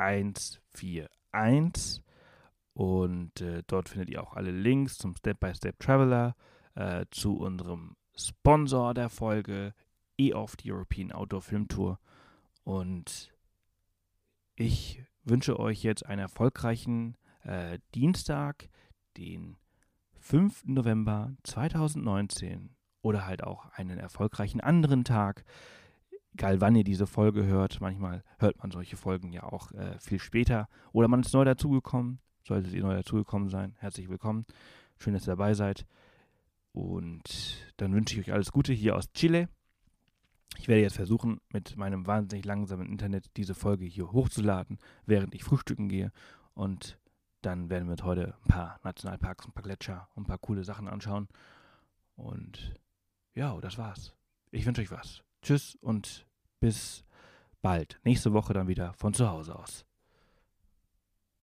141. Und dort findet ihr auch alle Links zum Step-by-Step Traveler, zu unserem Sponsor der Folge, EOFT European Outdoor Film Tour. Und ich wünsche euch jetzt einen erfolgreichen Dienstag, den 5. November 2019 oder halt auch einen erfolgreichen anderen Tag, egal wann ihr diese Folge hört. Manchmal hört man solche Folgen ja auch viel später oder man ist neu dazugekommen. Solltet ihr neu dazugekommen sein, herzlich willkommen. Schön, dass ihr dabei seid. Und dann wünsche ich euch alles Gute hier aus Chile. Ich werde jetzt versuchen, mit meinem wahnsinnig langsamen Internet diese Folge hier hochzuladen, während ich frühstücken gehe. Und dann werden wir uns heute ein paar Nationalparks, ein paar Gletscher und ein paar coole Sachen anschauen. Und ja, das war's. Ich wünsche euch was. Tschüss und bis bald. Nächste Woche dann wieder von zu Hause aus.